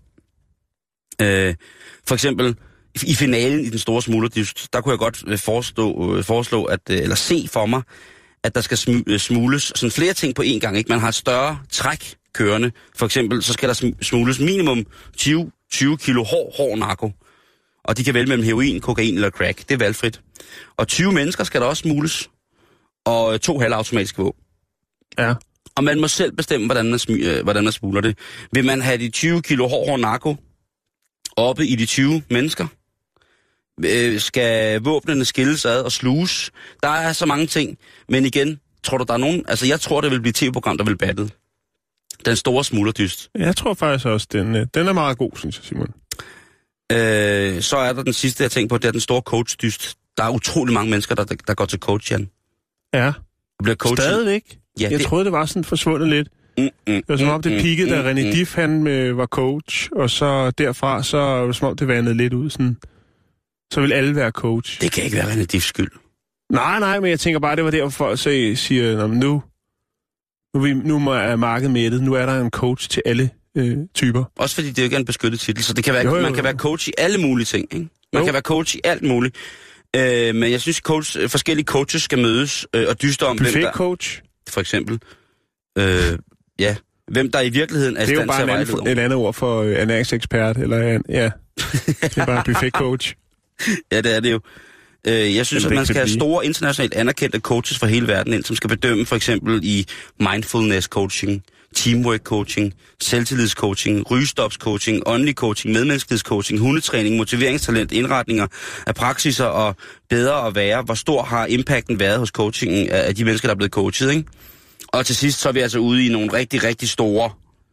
Speaker 4: Øh, for eksempel, i finalen i den store smuglerdyst, der kunne jeg godt forestå, øh, foreslå, at, øh, eller se for mig, at der skal smugles sådan flere ting på én gang. Ikke? Man har et større træk kørende. For eksempel, så skal der smugles minimum tyve, tyve kilo hård, hård narko. Og de kan vælge mellem heroin, kokain eller crack. Det er valgfrit. Og tyve mennesker skal der også smugles. Og to halvautomatiske våben.
Speaker 5: Ja.
Speaker 4: Og man må selv bestemme, hvordan man, smy, øh, hvordan man smugler det. Vil man have de tyve kilo hård, hård narko oppe i de tyve mennesker? Øh, skal våbnene skilles ad og sluges? Der er så mange ting. Men igen, tror du, der er nogen... Altså, jeg tror, det vil blive et tv-program, der vil batte. Den store smuglerdyst.
Speaker 5: Jeg tror faktisk også, den, den er meget god, synes jeg, Simon.
Speaker 4: Øh, så er der den sidste, jeg tænker på, det er den store coachdyst. Der er utrolig mange mennesker, der, der går til coach, Jan.
Speaker 5: Ja.
Speaker 4: Bliver coachet.
Speaker 5: Stadigvæk.
Speaker 4: Ja,
Speaker 5: jeg
Speaker 4: det...
Speaker 5: troede, det var sådan forsvundet lidt. Mm, mm, det var som om, det peakede, mm, da René mm, Diff, han øh, var coach, og så derfra, så var det som om, det vandede lidt ud. Sådan. Så vil alle være coach.
Speaker 4: Det kan ikke være René Diffs skyld.
Speaker 5: Nej, nej, men jeg tænker bare, det var derfor, folk så siger, nu... Nu, vi, nu er markedet mættet. Nu er der en coach til alle øh, typer.
Speaker 4: Også fordi det jo ikke er en beskyttet titel, så det kan være,
Speaker 5: jo, jo, jo.
Speaker 4: man kan være coach i alle mulige ting. Ikke? Man jo. kan være coach i alt muligt. Øh, men jeg synes, coach, forskellige coaches skal mødes øh, og dyste om, hvem der...
Speaker 5: coach.
Speaker 4: For eksempel. Øh, ja. Hvem der i virkeligheden er i stand til at vejlede.
Speaker 5: Det er jo bare et andet ord for øh, ernæringsekspert, eller ja. Det er bare buffet coach.
Speaker 4: Ja, det er det jo. Jeg synes, at man skal have store internationalt anerkendte coaches fra hele verden ind, som skal bedømme for eksempel i mindfulness coaching, teamwork coaching, selvtillidscoaching, rygestopscoaching, åndelig coaching, medmenneskelighedscoaching, hundetræning, motiveringstalent, indretninger af praksiser og bedre at være. Hvor stor har impacten været hos coachingen af de mennesker, der er blevet coachet, ikke? Og til sidst så er vi altså ude i nogle rigtig, rigtig store,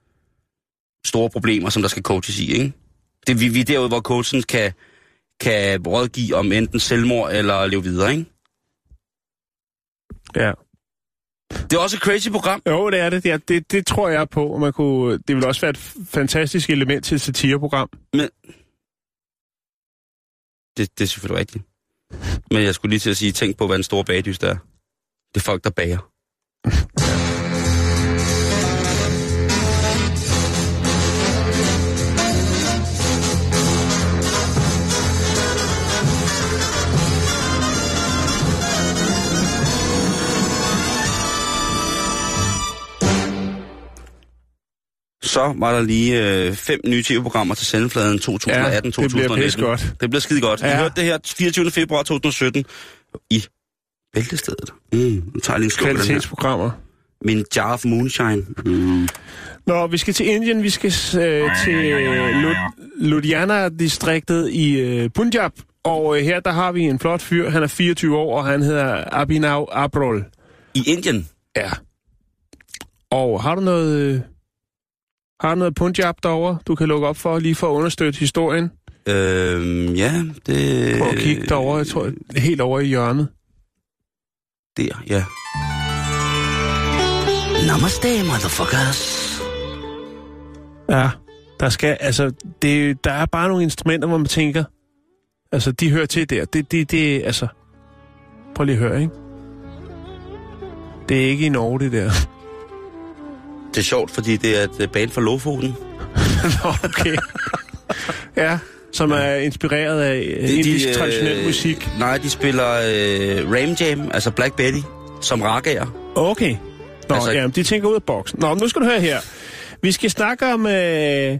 Speaker 4: store problemer, som der skal coaches i, ikke? Det, vi, vi er derude, hvor coachen kan... kan rådgive om enten selvmord eller leve videre, ikke?
Speaker 5: Ja.
Speaker 4: Det er også et crazy program.
Speaker 5: Jo, det er det. Det, er, det, det tror jeg på. Man kunne, det vil også være et fantastisk element til et satireprogram.
Speaker 4: Men... Det, det er selvfølgelig rigtigt. Men jeg skulle lige til at sige, tænk på, hvad en stor bagdyst er. Det er folk, der bager. Så var der lige øh, fem nye tv-programmer til sendefladen to tusind atten til to tusind nitten.
Speaker 5: Ja, det bliver godt.
Speaker 4: Det bliver skide godt.
Speaker 5: Ja.
Speaker 4: I hørte det her fireogtyvende februar to tusind og sytten i Bæltestedet. Mm, nu tager jeg lige en slå
Speaker 5: kvalitetsprogrammer.
Speaker 4: Min jar of moonshine. Mm.
Speaker 5: Nå, vi skal til Indien. Vi skal øh, til Lud- Ludhiana-distriktet i øh, Punjab. Og øh, her der har vi en flot fyr. Han er fireogtyve år, og han hedder Abhinav Abrol.
Speaker 4: I Indien?
Speaker 5: Ja. Og har du noget... Øh, Har du noget Punjab derovre, du kan lukke op for, lige for at understøtte historien?
Speaker 4: Øhm, ja, det...
Speaker 5: Prøv at kigge derovre, jeg tror, helt over i hjørnet.
Speaker 4: Der, ja. Namaste, motherfuckers.
Speaker 5: Ja, Der skal, altså, det, der er bare nogle instrumenter, hvor man tænker, altså, de hører til der. Det, det, det, altså, prøv lige at høre, ikke? Det er ikke i Norge, det der.
Speaker 4: Det er sjovt, fordi det er et band fra Lofoten.
Speaker 5: Nå, okay. Ja, som er inspireret af indisk øh, traditionel musik.
Speaker 4: Nej, de spiller øh, Ram Jam, altså Black Betty, som ragager.
Speaker 5: Okay. Nå, altså, ja, de tænker ud af boksen. Nå, nu skal du høre her. Vi skal snakke om øh,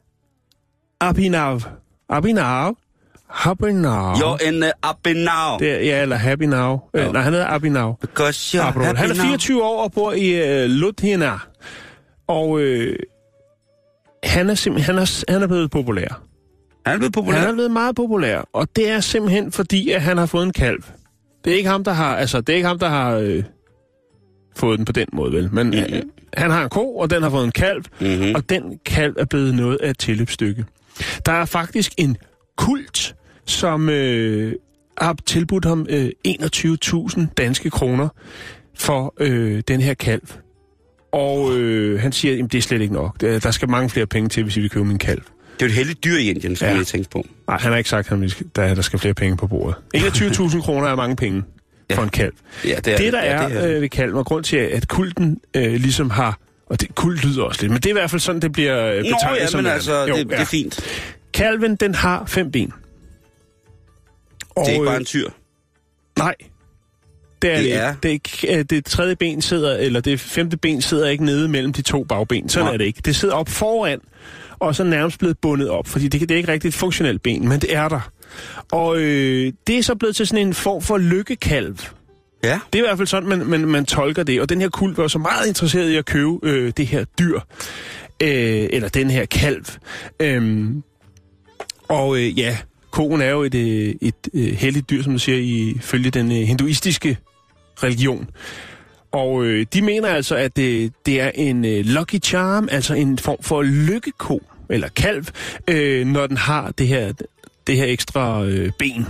Speaker 5: Abhinav. Abhinav? Abhinav.
Speaker 4: Jo, en uh, Abhinav.
Speaker 5: Det, ja, eller Happy Now. Øh, nej, han hedder Abhinav.
Speaker 4: Because you're
Speaker 5: Abro.
Speaker 4: happy
Speaker 5: Han er fireogtyve år og bor i øh, Ludhiana. Og øh, han er simpelthen han er, han er blevet populær.
Speaker 4: Han er blevet populær?
Speaker 5: Han er blevet meget populær. Og det er simpelthen fordi, at han har fået en kalv. Det er ikke ham, der har, altså, det er ikke ham, der har øh, fået den på den måde, vel? Men mm-hmm. øh, han har en ko, og den har fået en kalv. Mm-hmm. Og den kalv er blevet noget af et tilløbsstykke. Der er faktisk en kult, som øh, har tilbudt ham øh, enogtyve tusind danske kroner for øh, den her kalv. Og øh, han siger, at det er slet ikke nok. Der skal mange flere penge til, hvis vi vil købe min kalv.
Speaker 4: Det er jo et heldigt dyr i Indien, som ja. jeg tænkte på.
Speaker 5: Nej, han har ikke sagt, at der, der skal flere penge på bordet. enogtyve tusind kroner er mange penge ja. for en kalv. Ja, det, er, det, der ja, er, det er øh, ved kalven, og grund til, at kulten øh, ligesom har... Og det, kult lyder også lidt, men det er i hvert fald sådan, det bliver øh, betegnet. Nå ja, som men altså, jo,
Speaker 4: det, ja. det er fint.
Speaker 5: Kalven, den har fem ben.
Speaker 4: Og, det er ikke bare en tyr.
Speaker 5: Nej. Det er,
Speaker 4: det, er.
Speaker 5: Det, er ikke, det tredje ben sidder, eller det femte ben sidder ikke nede mellem de to bagben. Sådan Nej. er det ikke. Det sidder op foran, og så nærmest blevet bundet op, fordi det, det er ikke rigtig et funktionelt ben, men det er der. Og øh, det er så blevet til sådan en form for lykkekalv.
Speaker 4: Ja.
Speaker 5: Det er i hvert fald sådan, man, man, man tolker det. Og den her kult var så meget interesseret i at købe øh, det her dyr, øh, eller den her kalv. Øhm, og øh, ja, koen er jo et, et, et, et helligt dyr, som du siger, ifølge den øh, hinduistiske religion. Og øh, de mener altså, at det, det er en øh, lucky charm, altså en form for lykkeko, eller kalv, øh, når den har det her, det her ekstra øh, ben.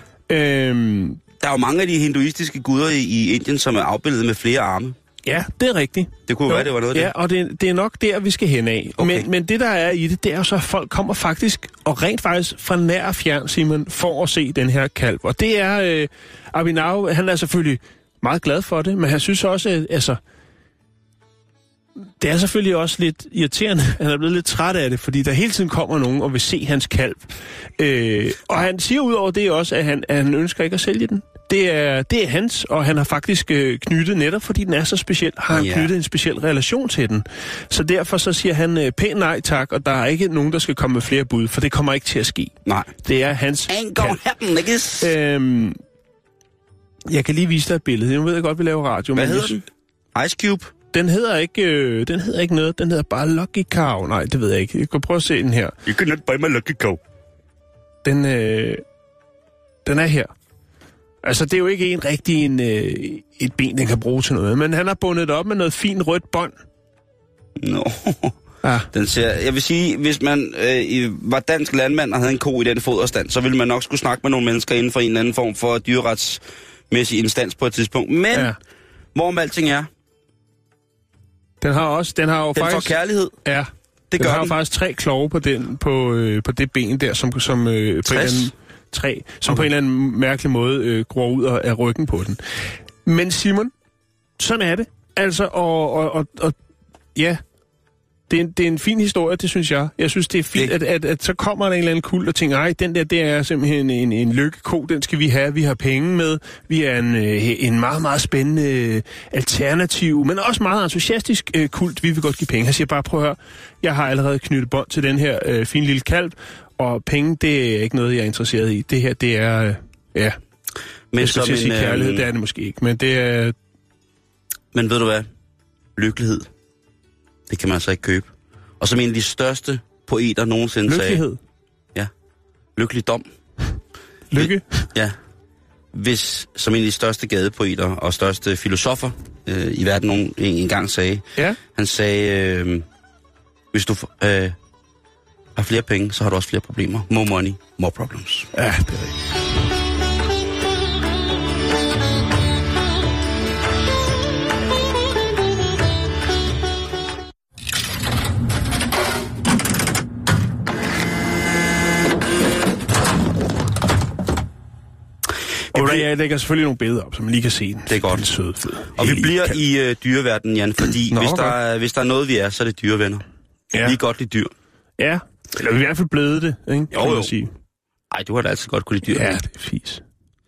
Speaker 5: Øhm,
Speaker 4: Der er jo mange af de hinduistiske guder i, i Indien, som er afbildet med flere arme.
Speaker 5: Ja, det er rigtigt.
Speaker 4: Det kunne jo være, det var noget af
Speaker 5: ja,
Speaker 4: det.
Speaker 5: og det, det er nok der, vi skal hen af. Okay. Men, men det, der er i det, det er jo så, at folk kommer faktisk, og rent faktisk fra nær fjern, Simon, for at se den her kalv. Og det er, øh, Abhinav, han er selvfølgelig meget glad for det, men han synes også, at altså, det er selvfølgelig også lidt irriterende. Han er blevet lidt træt af det, fordi der hele tiden kommer nogen og vil se hans kalv. Øh, og han siger ud over det også, at han, at han ønsker ikke at sælge den. Det er, det er hans, og han har faktisk øh, knyttet, netop fordi den er så speciel, har han yeah. knyttet en speciel relation til den. Så derfor så siger han øh, pænt nej tak, og der er ikke nogen, der skal komme med flere bud, for det kommer ikke til at ske.
Speaker 4: Nej.
Speaker 5: Det er hans
Speaker 4: Ain't gonna happen, niggas.
Speaker 5: Øhm, jeg kan lige vise dig et billede. Nu ved jeg godt, vi laver radio.
Speaker 4: Hvad
Speaker 5: men
Speaker 4: hedder
Speaker 5: hvis,
Speaker 4: den? Ice Cube?
Speaker 5: Den hedder ikke, øh, den hedder ikke noget. Den hedder bare Lucky Cow. Nej, det ved jeg ikke. Jeg kan prøve at se den her.
Speaker 4: You can not buy my Lucky Cow.
Speaker 5: Den, øh, den er her. Altså, det er jo ikke en rigtig en, øh, et ben, den kan bruge til noget. Men han har bundet det op med noget fint rødt bånd.
Speaker 4: Nå. Ah. Den ser, jeg vil sige, hvis man øh, var dansk landmand og havde en ko i den foderstand, så ville man nok skulle snakke med nogle mennesker inden for en eller anden form for dyreretsmæssig instans på et tidspunkt. Men, ja. hvorom alting er,
Speaker 5: Den har også, den har jo
Speaker 4: den
Speaker 5: faktisk...
Speaker 4: får kærlighed.
Speaker 5: Ja.
Speaker 4: Det
Speaker 5: den
Speaker 4: gør
Speaker 5: har
Speaker 4: den.
Speaker 5: faktisk tre klove på, den, på, øh, på det ben der, som, som, øh, på, en eller anden, tre, som okay. på en eller anden mærkelig måde øh, gror ud af, af ryggen på den. Men Simon, sådan er det. Altså, og, og, og, og ja, det er, en, det er en fin historie, det synes jeg. Jeg synes, det er fint, det. At, at, at så kommer der en eller anden kult og tænker, ej, den der, det er simpelthen en, en lykkeko, den skal vi have, vi har penge med, vi er en, en meget, meget spændende alternativ, men også meget entusiastisk øh, kult, vi vil godt give penge. Han siger bare, prøv at høre, jeg har allerede knyttet bånd til den her øh, fine lille kalv, og penge, det er ikke noget, jeg er interesseret i. Det her, det er, øh, ja, men jeg skal til at sige kærlighed, øh... det er det måske ikke, men det er...
Speaker 4: Men ved du hvad? Lykkelighed. Det kan man altså ikke købe. Og som en af de største poeter nogensinde sagde...
Speaker 5: Lykkelighed?
Speaker 4: Ja. Lykkeligdom.
Speaker 5: Lykke?
Speaker 4: Ja. Hvis, som en af de største gadepoeter og største filosofer øh, i verden nogen en, en gang sagde...
Speaker 5: Ja.
Speaker 4: Han sagde, øh, hvis du øh, har flere penge, så har du også flere problemer. More money, more problems.
Speaker 5: Ja, det er rigtigt. jeg lægger selvfølgelig nogle billeder op, så man lige kan se den.
Speaker 4: Det er godt.
Speaker 5: Den søde, fed.
Speaker 4: Og vi bliver kan... i øh, dyreverdenen, Jan, fordi
Speaker 5: Nå,
Speaker 4: hvis, der er, hvis der er noget, vi er, så er det dyrevenner.
Speaker 5: Ja.
Speaker 4: Vi er godt lide dyr.
Speaker 5: Ja, eller vi er i hvert fald blevet det, ikke?
Speaker 4: Jo, jo.
Speaker 5: Sige.
Speaker 4: Ej, du har da altid godt kunne lide dyr.
Speaker 5: Ja, det er fis.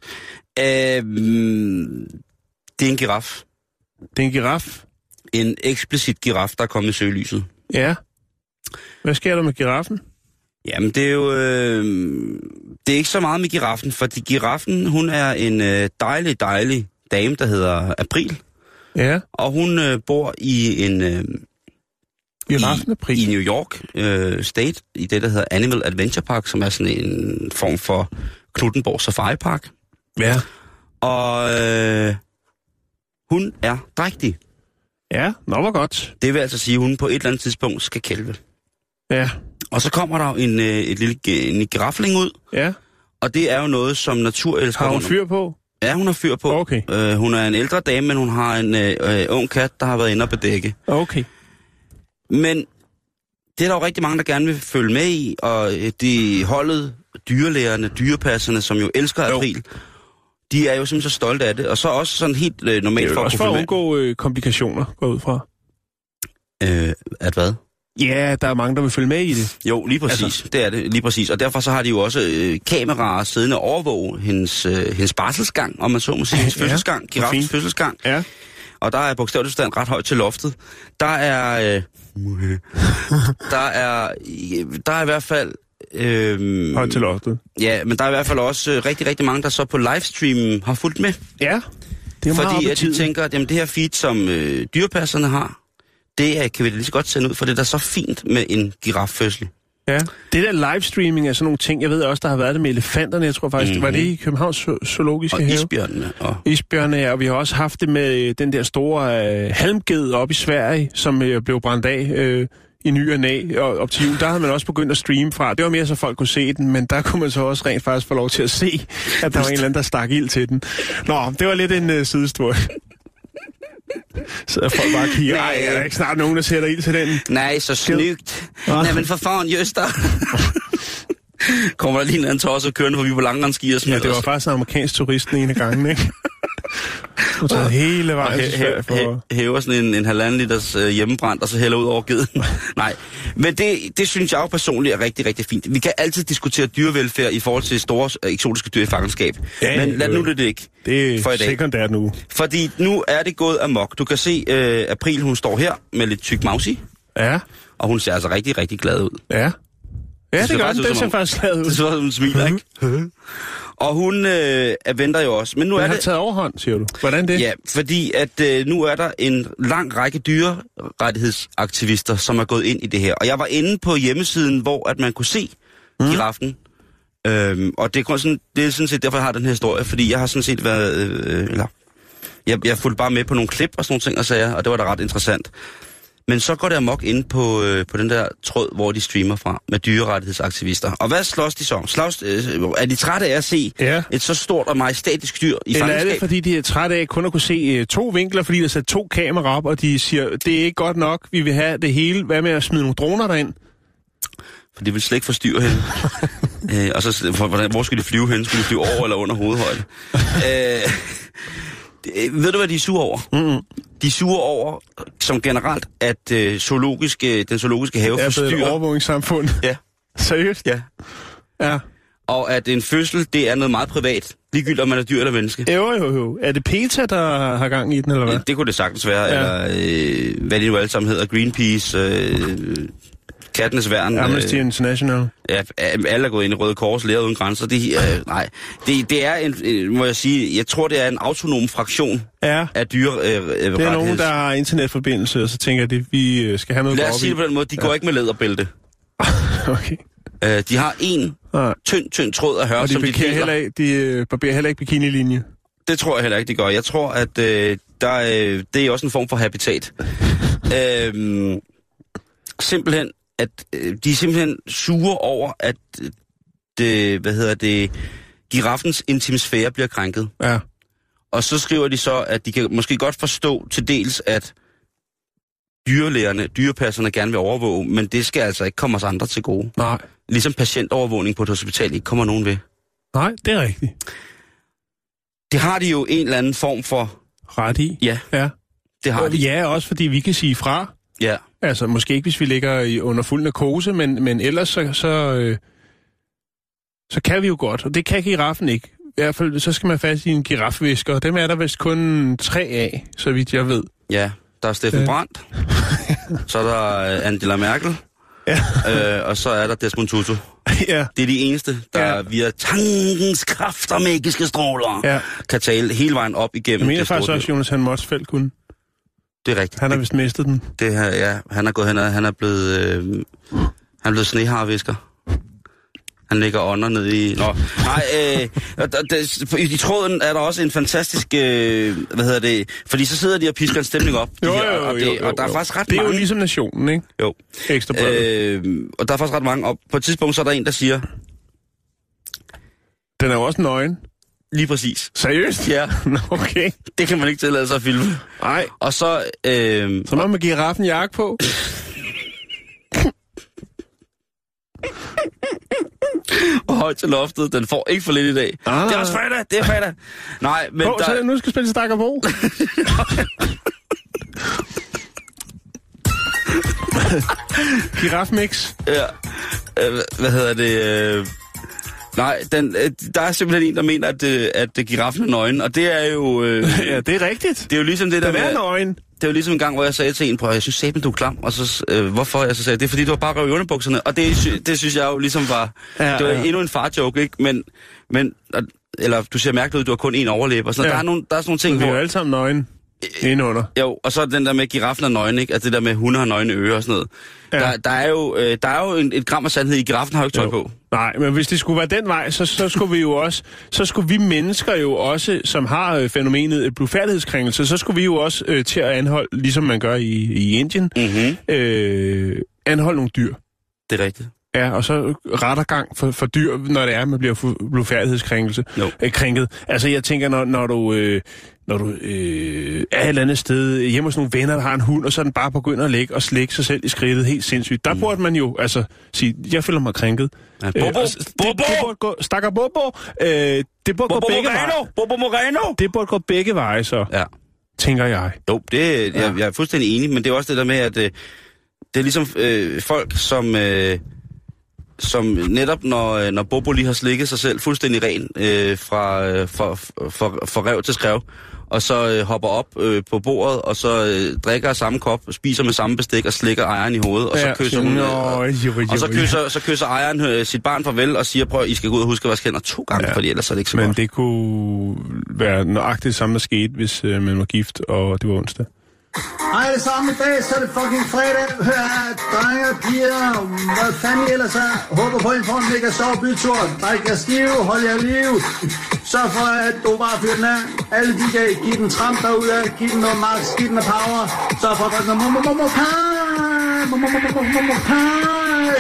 Speaker 4: Øhm, det er en giraf.
Speaker 5: Det er en giraf?
Speaker 4: En eksplicit giraf, der er kommet i søgelyset.
Speaker 5: Ja. Hvad sker der med giraffen?
Speaker 4: Jamen, det er jo... Øh, det er ikke så meget med giraffen, fordi giraffen, hun er en øh, dejlig, dejlig dame, der hedder April.
Speaker 5: Ja.
Speaker 4: Og hun øh, bor i en... Øh,
Speaker 5: Giraffen April?
Speaker 4: I, i New York øh, State, i det, der hedder Animal Adventure Park, som er sådan en form for Knuthenborg Safari Park.
Speaker 5: Ja.
Speaker 4: Og øh, hun er drægtig.
Speaker 5: Ja, nå hvor godt.
Speaker 4: Det vil altså sige, at hun på et eller andet tidspunkt skal kælve.
Speaker 5: Ja.
Speaker 4: Og så kommer der en, øh, et lille en girafling ud.
Speaker 5: Ja.
Speaker 4: Og det er jo noget, som naturelsker...
Speaker 5: Har hun fyr på?
Speaker 4: Ja, hun har fyr på.
Speaker 5: Okay.
Speaker 4: Øh, hun er en ældre dame, men hun har en øh, ung kat, der har været inde og bedække.
Speaker 5: Okay.
Speaker 4: Men det er der jo rigtig mange, der gerne vil følge med i, og de holdet, dyrlægerne, dyrepasserne, som jo elsker April, jo. De er jo simpelthen så stolte af det, og så også sådan helt øh, normalt for at
Speaker 5: også for at undgå øh, komplikationer, går ud fra.
Speaker 4: Øh, at hvad?
Speaker 5: Ja, der er mange, der vil følge med i det.
Speaker 4: Jo, lige præcis. Altså. Det er det, lige præcis. Og derfor så har de jo også øh, kameraer siddende og overvåge hendes, øh, hendes barselsgang, om man så må sige, hendes ja, fødselsgang, giraffens fødselsgang.
Speaker 5: Ja.
Speaker 4: Og der er bogstaveligt forstand ret højt til loftet. Der er... Øh, der er... Der er i hvert fald... Øh,
Speaker 5: højt til loftet.
Speaker 4: Ja, men der er i hvert fald også øh, rigtig, rigtig mange, der så på livestreamen har fulgt med.
Speaker 5: Ja, det er meget
Speaker 4: fordi at de tænker, at jamen, det her feed, som øh, dyrepasserne har, det er, kan vi lige så godt sende ud, for det er da så fint med en giraffødsel.
Speaker 5: Ja, det der livestreaming er sådan nogle ting, jeg ved også, der har været det med elefanterne, jeg tror faktisk, mm-hmm. var det i Københavns Zoologiske
Speaker 4: og
Speaker 5: Have?
Speaker 4: Isbjørnene. Og
Speaker 5: isbjørnene, ja, og vi har også haft det med den der store øh, halmged op i Sverige, som øh, blev brændt af øh, i ny og næ, og op til jul. Der havde man også begyndt at streame fra. Det var mere, så folk kunne se den, men der kunne man så også rent faktisk få lov til at se, at der var en eller anden, der stak ild til den. Nå, det var lidt en øh, sidehistorie. Så folk bare kigger, nej, er der ikke snart nogen, der sætter ild til den?
Speaker 4: Nej, så snygt. Nej, men for faren, Jøster. Kommer der lige en anden tosser kørende forbi på Langrandski og smider.
Speaker 5: Ja, det var faktisk en amerikansk turist en af gangen, ikke? Du tager hele vejen til Sverige for...
Speaker 4: Hæver sådan en, en halvanden liters øh, hjemmebrand, og så hælder ud over geden. Nej, men det, det synes jeg jo personligt er rigtig, rigtig fint. Vi kan altid diskutere dyrevelfærd i forhold til store eksotiske dyr i fangenskab. Ja, men lad nu det, det ikke.
Speaker 5: Det er sekundært nu.
Speaker 4: Fordi nu er det gået amok. Du kan se, øh, April, hun står her med lidt tyk mausi.
Speaker 5: Ja.
Speaker 4: Og hun ser altså rigtig, rigtig glad ud.
Speaker 5: Ja. Ja, det, det gør den. Den ser faktisk glad ud.
Speaker 4: Det ser ud, som hun smiler, ikke? Og hun øh, venter jo også. Men nu
Speaker 5: den
Speaker 4: er
Speaker 5: har
Speaker 4: det...
Speaker 5: taget overhånd, siger du. Hvordan det?
Speaker 4: Ja, fordi at øh, nu er der en lang række dyrerettighedsaktivister, som er gået ind i det her. Og jeg var inde på hjemmesiden, hvor at man kunne se mm. giraffen. Øhm, og det er, sådan, det er sådan set derfor, jeg har den her historie. Fordi jeg har sådan set været... Øh, eller, jeg, jeg fulgte bare med på nogle klip og sådan nogle ting, og, sagde, og det var da ret interessant. Men så går det amok ind på, øh, på den der tråd, hvor de streamer fra, med dyrerettighedsaktivister. Og hvad slås de så om? Slås, øh, er de trætte af at se ja. et så stort og majestætisk dyr i fangenskab?
Speaker 5: Eller er det, fordi de er trætte af kun at kunne se øh, to vinkler, fordi der er sat to kameraer op, og de siger, det er ikke godt nok, vi vil have det hele. Hvad med at smide nogle droner derind?
Speaker 4: For de vil slet ikke forstyrre hende. øh, og så, for, hvor skulle de flyve hen? Skulle de flyve over eller under hovedhøjde? øh, ved du, hvad de er sure over?
Speaker 5: Mm-hmm.
Speaker 4: De er sure over, som generelt, at øh, zoologiske, den zoologiske have forstyrrer...
Speaker 5: Det er et overvågningssamfund.
Speaker 4: Ja.
Speaker 5: Seriøst?
Speaker 4: Ja.
Speaker 5: Ja.
Speaker 4: Og at en fødsel, det er noget meget privat. Ligegyldigt, om man er dyr eller menneske.
Speaker 5: Jo, jo, jo. Er det PETA, der har gang i den, eller hvad?
Speaker 4: Det, det kunne det sagtens være. Ja. Eller øh, hvad de nu alle sammen hedder. Greenpeace, øh, Kattenes Værn.
Speaker 5: Amnesty øh, International.
Speaker 4: Ja, alle er gået ind i Røde Kors, Læger Uden Grænser. Det, øh, nej, det, det er en, øh, må jeg sige, jeg tror, det er en autonom fraktion
Speaker 5: ja.
Speaker 4: af dyre øh, øh,
Speaker 5: Det er nogen, der har internetforbindelse, og så tænker jeg, at vi skal have noget.
Speaker 4: Lad os sige det på den måde, de ja. går ikke med læderbælte.
Speaker 5: Okay.
Speaker 4: Øh, de har en ja. tynd, tynd tråd af hør,
Speaker 5: og de
Speaker 4: som de deler.
Speaker 5: Heller ikke, de barberer heller ikke bikinilinje.
Speaker 4: Det tror jeg heller ikke, de gør. Jeg tror, at øh, der, øh, det er også en form for habitat. øh, simpelthen, at øh, de er simpelthen sure over, at øh, det, hvad hedder det, giraffens intimsfære bliver krænket.
Speaker 5: Ja.
Speaker 4: Og så skriver de så, at de kan måske godt forstå til dels, at dyrlægerne, dyrepasserne gerne vil overvåge, men det skal altså ikke komme os andre til gode.
Speaker 5: Nej.
Speaker 4: Ligesom patientovervågning på et hospital ikke kommer nogen ved.
Speaker 5: Nej, det er rigtigt.
Speaker 4: Det har de jo en eller anden form for...
Speaker 5: Ret i?
Speaker 4: Ja,
Speaker 5: Ja.
Speaker 4: det har
Speaker 5: Og
Speaker 4: de.
Speaker 5: ja, også fordi vi kan sige fra.
Speaker 4: Ja.
Speaker 5: Altså, måske ikke, hvis vi ligger i, under fuld narkose, men, men ellers så, så, øh, så kan vi jo godt. Og det kan giraffen ikke. I hvert fald, så skal man fast i en girafvisker, og dem er der vist kun tre af, så vidt jeg ved.
Speaker 4: Ja, der er Steffen
Speaker 5: Øh.
Speaker 4: Brandt, så er der øh, Angela Merkel,
Speaker 5: Ja.
Speaker 4: øh, og så er der Desmond Tutu.
Speaker 5: Ja.
Speaker 4: Det er de eneste, der
Speaker 5: Ja.
Speaker 4: ja. via tankens kraft og magiske stråler
Speaker 5: Ja.
Speaker 4: kan tale hele vejen op igennem
Speaker 5: Jeg mener
Speaker 4: det
Speaker 5: faktisk
Speaker 4: store
Speaker 5: også,
Speaker 4: dyr.
Speaker 5: Jonas Han Motzfeldt kunne.
Speaker 4: Det er rigtigt.
Speaker 5: Han har vist mistet den.
Speaker 4: Det her, ja, han er gået hen, og han er blevet, øh, han er blevet sneharvisker. Han ligger ånder ned i... Nå, nej, øh, og der, der, i tråden er der også en fantastisk... Øh, hvad hedder det? Fordi så sidder de og pisker en stemning op. De
Speaker 5: Jo,
Speaker 4: her,
Speaker 5: jo, jo,
Speaker 4: og, det,
Speaker 5: jo, jo,
Speaker 4: og der er
Speaker 5: jo.
Speaker 4: faktisk ret
Speaker 5: Det er
Speaker 4: mange...
Speaker 5: jo ligesom Nationen, ikke?
Speaker 4: Jo.
Speaker 5: Ekstra bladet.
Speaker 4: Øh, og der er faktisk ret mange. Og på et tidspunkt, så er der en, der siger...
Speaker 5: Den er jo også nøgen.
Speaker 4: Lige præcis.
Speaker 5: Seriøst?
Speaker 4: Ja,
Speaker 5: Nå, okay.
Speaker 4: det kan man ikke tillade sig at filme.
Speaker 5: Nej.
Speaker 4: Og så... Øh,
Speaker 5: Så må man give giraffen jakke på.
Speaker 4: og højt til loftet. Den får ikke for lidt i dag.
Speaker 5: Ah.
Speaker 4: Det er også fredag. Det er fredag. Nej, men
Speaker 5: Hov,
Speaker 4: der...
Speaker 5: så er det nu skal spille Stakkerbo. Girafmix.
Speaker 4: Ja. Øh, hvad hedder det? Øh... Nej, den, øh, der er simpelthen en, der mener, at, øh, at giraffen er nøgen, og det er jo... Øh,
Speaker 5: Ja, det er rigtigt.
Speaker 4: det er jo ligesom det der
Speaker 5: Den er
Speaker 4: med...
Speaker 5: nøgen.
Speaker 4: Det er jo ligesom en gang, hvor jeg sagde til en, prøv, jeg synes sæben, du er klam, og så, øh, hvorfor? Jeg så sagde, det er fordi, du har bare røvet i underbukserne, og det, sy- det synes jeg jo ligesom var...
Speaker 5: Ja,
Speaker 4: det var
Speaker 5: ja.
Speaker 4: endnu en far-joke, ikke? Men, men, eller du ser mærkeligt ud, du har kun én overlæbe, og sådan
Speaker 5: Ja.
Speaker 4: der, er nogle, der er sådan nogle ting,
Speaker 5: Vi er jo
Speaker 4: hvor...
Speaker 5: alle sammen nøgen. Indunder.
Speaker 4: Jo, og så den der med giraffen er nøgen, ikke? Altså det der med, hunde har nøgne ører og sådan noget.
Speaker 5: Ja.
Speaker 4: Der, der er jo, øh, der er jo en, et gram af sandhed i, giraffen har jo ikke tøj på.
Speaker 5: Nej, men hvis det skulle være den vej, så, så skulle vi jo også, så skulle vi mennesker jo også, som har øh, fænomenet et blufærdighedskrænkelse, så skulle vi jo også øh, til at anholde, ligesom man gør i, i Indien,
Speaker 4: Mm-hmm.
Speaker 5: øh, anholde nogle dyr.
Speaker 4: Det er rigtigt.
Speaker 5: Ja, og så rettergang for, for dyr, når det er, man bliver fu- blufærdighedskrænkelse.
Speaker 4: Jo.
Speaker 5: Øh, krænket. Altså, jeg tænker, når, når du, øh, når du øh, er et eller andet sted hjemme hos nogle venner, der har en hund, og så den bare begynder at lægge og slikke sig selv i skridtet helt sindssygt. Der mm. burde man jo, altså, sige, jeg føler mig krænket.
Speaker 4: Ja, Bobo!
Speaker 5: Øh, og s- det,
Speaker 4: Bobo!
Speaker 5: det burde gå, stakker Bobo! Øh, det burde
Speaker 4: Bobo
Speaker 5: gå begge
Speaker 4: Moreno!
Speaker 5: veje.
Speaker 4: Bobo Moreno!
Speaker 5: Det burde gå begge veje, så,
Speaker 4: Ja.
Speaker 5: tænker jeg.
Speaker 4: Jo, det, jeg, jeg er fuldstændig enig, men det er også det der med, at øh, det er ligesom øh, folk, som, øh, som netop, når, når Bobo lige har slikket sig selv fuldstændig ren øh, fra øh, for, for, for rev til skrev, og så øh, hopper op øh, på bordet, og så øh, drikker af samme kop, spiser med samme bestik og slikker ejeren i hovedet, og så
Speaker 5: Ja,
Speaker 4: kysser hun,
Speaker 5: nå,
Speaker 4: øh, og,
Speaker 5: jo, jo,
Speaker 4: og så
Speaker 5: jo.
Speaker 4: kysser, så kysser ejeren øh, sit barn farvel og siger, prøv, I skal gå ud og huske at vaske hænder to gange,
Speaker 5: Ja.
Speaker 4: ja. fordi ellers er det ikke så
Speaker 5: Men
Speaker 4: godt.
Speaker 5: det kunne være nøjagtigt det samme, der skete, hvis øh, man var gift, og det var onsdag.
Speaker 2: Hej alle sammen, i dag så er det fucking fredag. Hør her, drenge og piger, hvad fanden I ellers er. Håber på, at I får en mega sjov bytur. Drik jer stive, hold jer liv. Sørg for, at du bare fyrer den af. Alle D J, giv den tramp derude, giv den noget max, giv den noget power. Sørg for at drikke noget momomomokai. Momomomokai.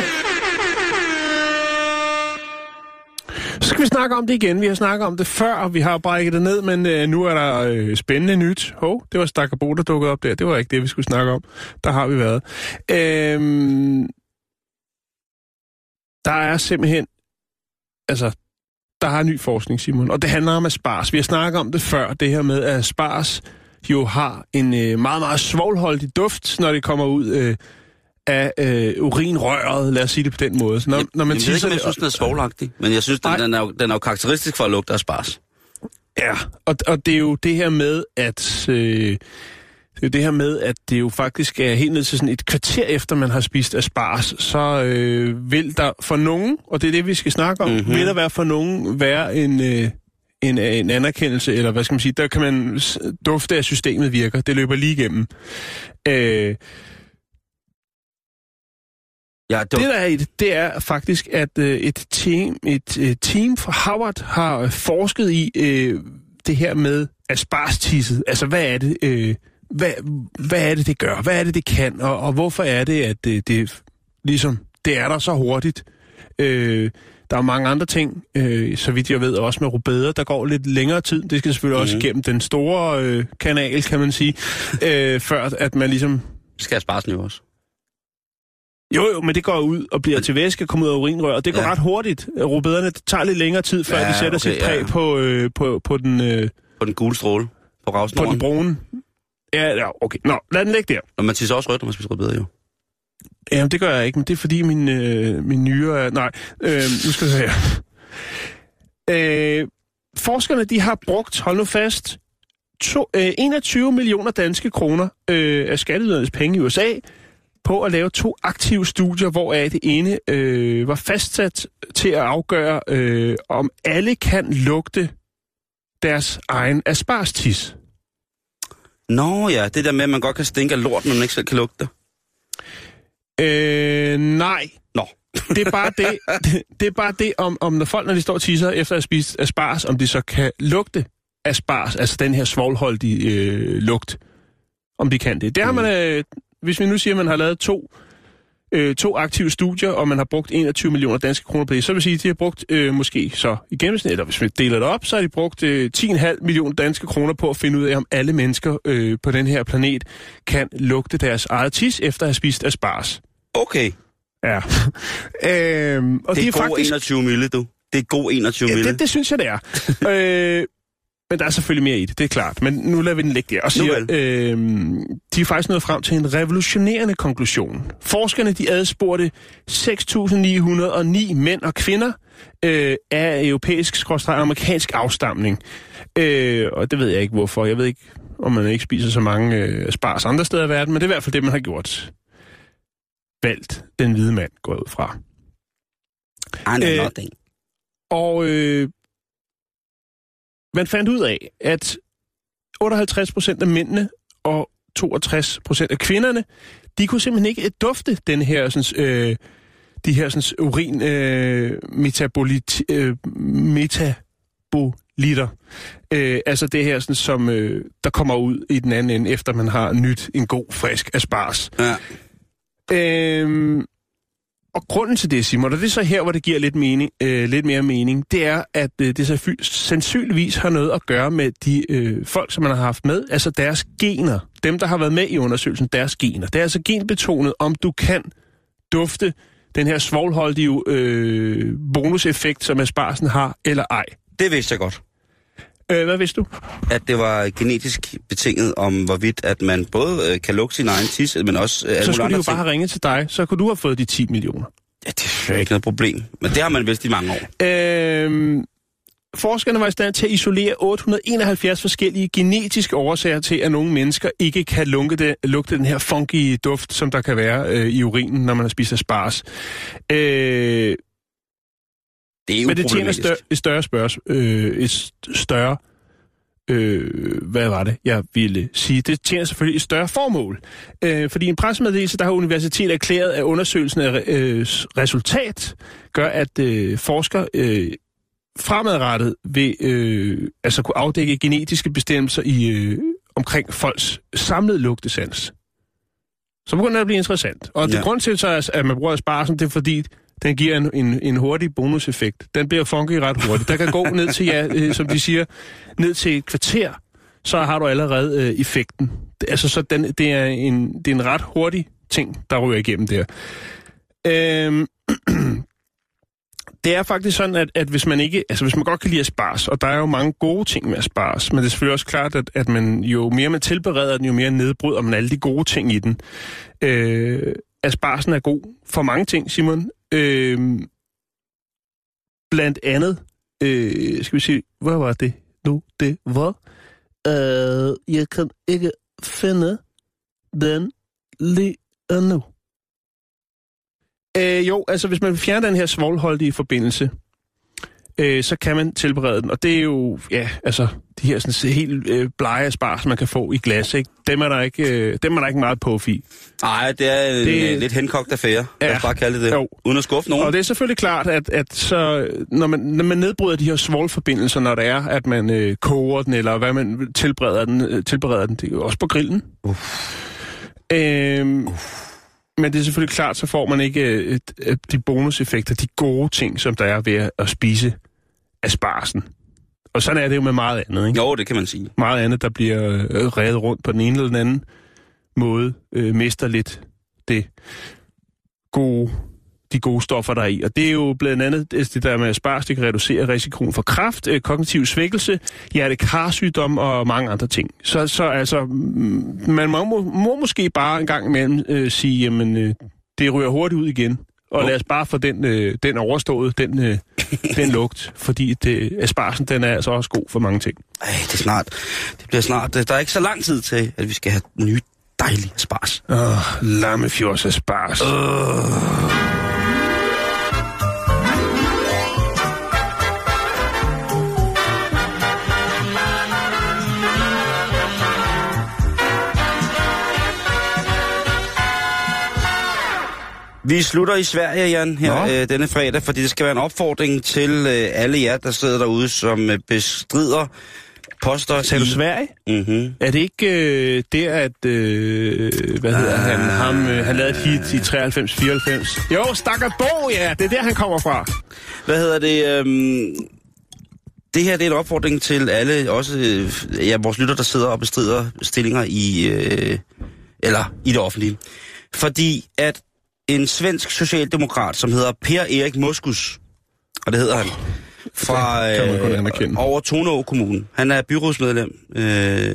Speaker 5: Så skal vi snakke om det igen. Vi har snakket om det før, og vi har brækket det ned, men øh, nu er der øh, spændende nyt. Hov, det var Stakkerbo, der dukkede op der. Det var ikke det, vi skulle snakke om. Der har vi været. Øhm, der er simpelthen... Altså, der er ny forskning, Simon, og det handler om asparges. Vi har snakket om det før, det her med, at asparges jo har en øh, meget, meget svovlholdig duft, når det kommer ud... Øh, af øh, urinrøret, lad os sige det på den måde. Så når,
Speaker 4: Jamen,
Speaker 5: når man
Speaker 4: jeg ved ikke,
Speaker 5: tisser
Speaker 4: om jeg
Speaker 5: det-
Speaker 4: synes, den er svovlagtig, men jeg synes, den,
Speaker 5: Nej.
Speaker 4: den, er jo, den er jo karakteristisk for at lugte af spars.
Speaker 5: Ja, og, og det er jo det her med, at øh, det er jo det her med, at det jo faktisk er helt ned til sådan et kvarter efter, man har spist asparges, så øh, vil der for nogen, og det er det, vi skal snakke om,
Speaker 4: Mhm.
Speaker 5: mm-hmm. vil der være for nogen være en, øh, en, en anerkendelse, eller hvad skal man sige, der kan man s- dufte, at systemet virker. Det løber lige igennem. Øh,
Speaker 4: Ja, det,
Speaker 5: Det
Speaker 4: var,
Speaker 5: der er i det, det er faktisk, at øh, et team, et øh, team fra Harvard har øh, forsket i øh, det her med aspargestisset. Altså, hvad er det, øh, hvad, hvad er det, det gør? Hvad er det, det kan? Og, og hvorfor er det, at det, det ligesom, det er der så hurtigt? Øh, der er mange andre ting, øh, så vidt jeg ved, også med rubeder, der går lidt længere tid. Det skal selvfølgelig mm. også igennem den store øh, kanal, kan man sige, øh, før at man ligesom...
Speaker 4: skal jeg spars nu også.
Speaker 5: Jo, jo, men det går ud og bliver til væske, kommer ud af urinrør, og det går ja. ret hurtigt. Rødbederne tager lidt længere tid, før ja, de sætter okay, sit præg ja. på, øh, på, på den... Øh,
Speaker 4: på den gule stråle. På ravsnoren.
Speaker 5: På den brune. Ja, ja, okay. Nå, lad den ligge der.
Speaker 4: Og man tisser også rødt, når man spiser rødbeder, jo.
Speaker 5: Jamen, det gør jeg ikke, men det er fordi min, øh, min nyre er... Nej, øh, nu skal jeg se her. Øh, forskerne, de har brugt, hold nu fast, to, øh, enogtyve millioner danske kroner øh, af skatteydernes penge i U S A på at lave to aktive studier, hvoraf det ene øh, var fastsat til at afgøre, øh, om alle kan lugte deres egen asparstis.
Speaker 4: Nå ja, det der med, at man godt kan stinke af lort, men man ikke selv kan lugte.
Speaker 5: Øh, nej.
Speaker 4: Nå.
Speaker 5: det er bare det, det, det er bare det, om, om når folk, når de står og tisser efter at have spist asparges, om de så kan lugte asparges, altså den her svovlholdige øh, lugt, om de kan det. Det har man, øh, hvis vi nu siger, at man har lavet to, øh, to aktive studier, og man har brugt enogtyve millioner danske kroner på det, så vil sige, at de har brugt øh, måske så i gennemsnit, eller hvis vi deler det op, så har de brugt øh, ti komma fem millioner danske kroner på at finde ud af, om alle mennesker øh, på den her planet kan lugte deres eget tis efter at have spist asparges.
Speaker 4: Okay.
Speaker 5: Ja. øhm, og
Speaker 4: det er,
Speaker 5: det er
Speaker 4: god
Speaker 5: faktisk...
Speaker 4: enogtyve mille, du. Det er god enogtyve
Speaker 5: ja,
Speaker 4: mille.
Speaker 5: Det, det synes jeg, det er. øh, men der er selvfølgelig mere i det, det er klart. Men nu lader vi den ligge der. Og siger, øh, de er faktisk nået frem til en revolutionerende konklusion. Forskerne, de adspurgte seks tusind ni hundrede og ni mænd og kvinder øh, af europæisk-amerikansk afstamning. Øh, og det ved jeg ikke, hvorfor. Jeg ved ikke, om man ikke spiser så mange øh, asparges andre steder i verden, men det er i hvert fald det, man har gjort. Valgt den hvide mand, går ud fra.
Speaker 4: I know øh, nothing.
Speaker 5: Og øh, man fandt ud af, at otteoghalvtreds procent af mændene og toogtres procent af kvinderne, de kunne simpelthen ikke dufte den her, sådan, øh, de her sådan, urin øh, metabolit, øh, metabolitter. Øh, altså det her, sådan, som øh, der kommer ud i den anden ende, efter man har nyt en god, frisk asparges.
Speaker 4: Ja.
Speaker 5: Øhm, og grunden til det, Simon, og det er så her, hvor det giver lidt, mening, øh, lidt mere mening, det er, at øh, det så sandsynligvis har noget at gøre med de øh, folk, som man har haft med, altså deres gener. Dem, der har været med i undersøgelsen, deres gener. Det er altså genbetonet, om du kan dufte den her svovlholdige øh, bonuseffekt, som aspargesen har, eller ej.
Speaker 4: Det vidste jeg godt.
Speaker 5: Øh, hvad vidste du?
Speaker 4: At det var genetisk betinget om, hvorvidt at man både øh, kan lugte sin egen tis, men også... Øh,
Speaker 5: så skulle de jo
Speaker 4: ting.
Speaker 5: bare have ringet til dig, så kunne du have fået de ti millioner.
Speaker 4: Ja, det er ikke noget problem. Men det har man vidst i mange år.
Speaker 5: Øh, forskerne var i stand til at isolere otte hundrede og enoghalvfjerds forskellige genetiske årsager til, at nogle mennesker ikke kan lugte, det, lugte den her funky duft, som der kan være øh, i urinen, når man har spist asparges. Øh,
Speaker 4: Det er
Speaker 5: Men det tjener større, et større spørgsmål. Øh, et større... Øh, hvad var det, jeg ville sige? Det tjener selvfølgelig et større formål. Øh, fordi en pressemeddelelse, der har universitetet erklæret, at undersøgelsen af øh, resultat gør, at øh, forskere øh, fremadrettet vil øh, altså kunne afdække genetiske bestemmelser i øh, omkring folks samlede lugtesans. Så begynder det at blive interessant. Og ja. Det grund til, så, at man bruger aspargesen, det er fordi... Den giver en, en, en hurtig bonuseffekt. Den bliver funky ret hurtigt. Der kan gå ned til, ja, øh, som de siger, ned til et kvarter, så har du allerede øh, effekten. Altså, så den, det, er en, det er en ret hurtig ting, der ryger igennem der. Øhm, det er faktisk sådan, at, at hvis man ikke, altså hvis man godt kan lide asparges, og der er jo mange gode ting med asparges, men det er selvfølgelig også klart, at, at man, jo mere man tilbereder den, jo mere nedbryder man alle de gode ting i den. Øh, aspargesen er god for mange ting, Simon. Øh, blandt andet, øh, skal vi se, hvad var det nu? Det var, øh, jeg kan ikke finde den lige nu. Øh, jo, altså hvis man fjerner den her svovlholdige forbindelse, øh, så kan man tilberede den. Og det er jo, ja, altså de her sådan, helt øh, blege asparges, man kan få i glas, ikke? Dem er der ikke, øh, dem er der ikke meget på i.
Speaker 4: Nej, det er det, en lidt henkogt affære. Ja, lad os bare kalde det det. Jo. Uden at skuffe nogen.
Speaker 5: Og det er selvfølgelig klart, at, at så, når, man, når man nedbryder de her svovlforbindelser, når det er, at man øh, koger den, eller hvad man tilbereder den, øh, tilbereder den, det er jo også på grillen. Uff. Øhm, Uff. Men det er selvfølgelig klart, så får man ikke øh, et, et, de bonuseffekter, de gode ting, som der er ved at spise aspargesen. Og sådan er det jo med meget andet, ikke?
Speaker 4: Jo, det kan man sige.
Speaker 5: Meget andet, der bliver øh, revet rundt på den ene eller den anden måde, øh, mister lidt det gode, de gode stoffer, der er i. Og det er jo blandt andet det der med asparges, det kan reducere risikoen for kræft, øh, kognitiv svækkelse, hjertekarsygdom og mange andre ting. Så, så altså, man må, må måske bare en gang imellem øh, sige, jamen, øh, det ryger hurtigt ud igen. Og lad os bare få den, øh, den overstået, den, øh, den lugt, fordi det, aspargesen, den er altså også god for mange ting.
Speaker 4: Ej, det er snart, det bliver snart, der er ikke så lang tid til, at vi skal have nye dejlige asparges.
Speaker 5: Åh, oh, Lammefjords asparges.
Speaker 4: Uh. Vi slutter i Sverige, Jan, her øh, denne fredag, fordi det skal være en opfordring til øh, alle jer, der sidder derude, som øh, bestrider poster.
Speaker 5: Sagde du Sverige?
Speaker 4: Mhm.
Speaker 5: Er det ikke øh, der, at, øh, hvad hedder uh, han, ham, øh, han lavede et hit i treoghalvfems fireoghalvfems? Jo, Stakkert Bo, ja, det er der, han kommer fra.
Speaker 4: Hvad hedder det? Øhm, det her det er en opfordring til alle, også øh, ja, vores lytter, der sidder og bestrider stillinger i, øh, eller i det offentlige. Fordi at en svensk socialdemokrat, som hedder Per-Erik Moskus, og det hedder han, fra øh, over Tornå Kommune. Han er byrådsmedlem øh,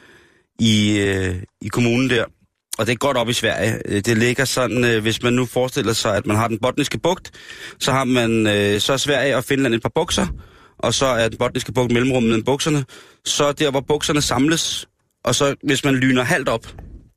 Speaker 4: i, øh, i kommunen der, og det er godt op i Sverige. Det ligger sådan, øh, hvis man nu forestiller sig, at man har den botniske bugt, så har man øh, så er Sverige og Finland et par bukser, og så er den botniske bugt mellemrummet mellem bukserne. Så der, hvor bukserne samles, og så hvis man lyner halvt op,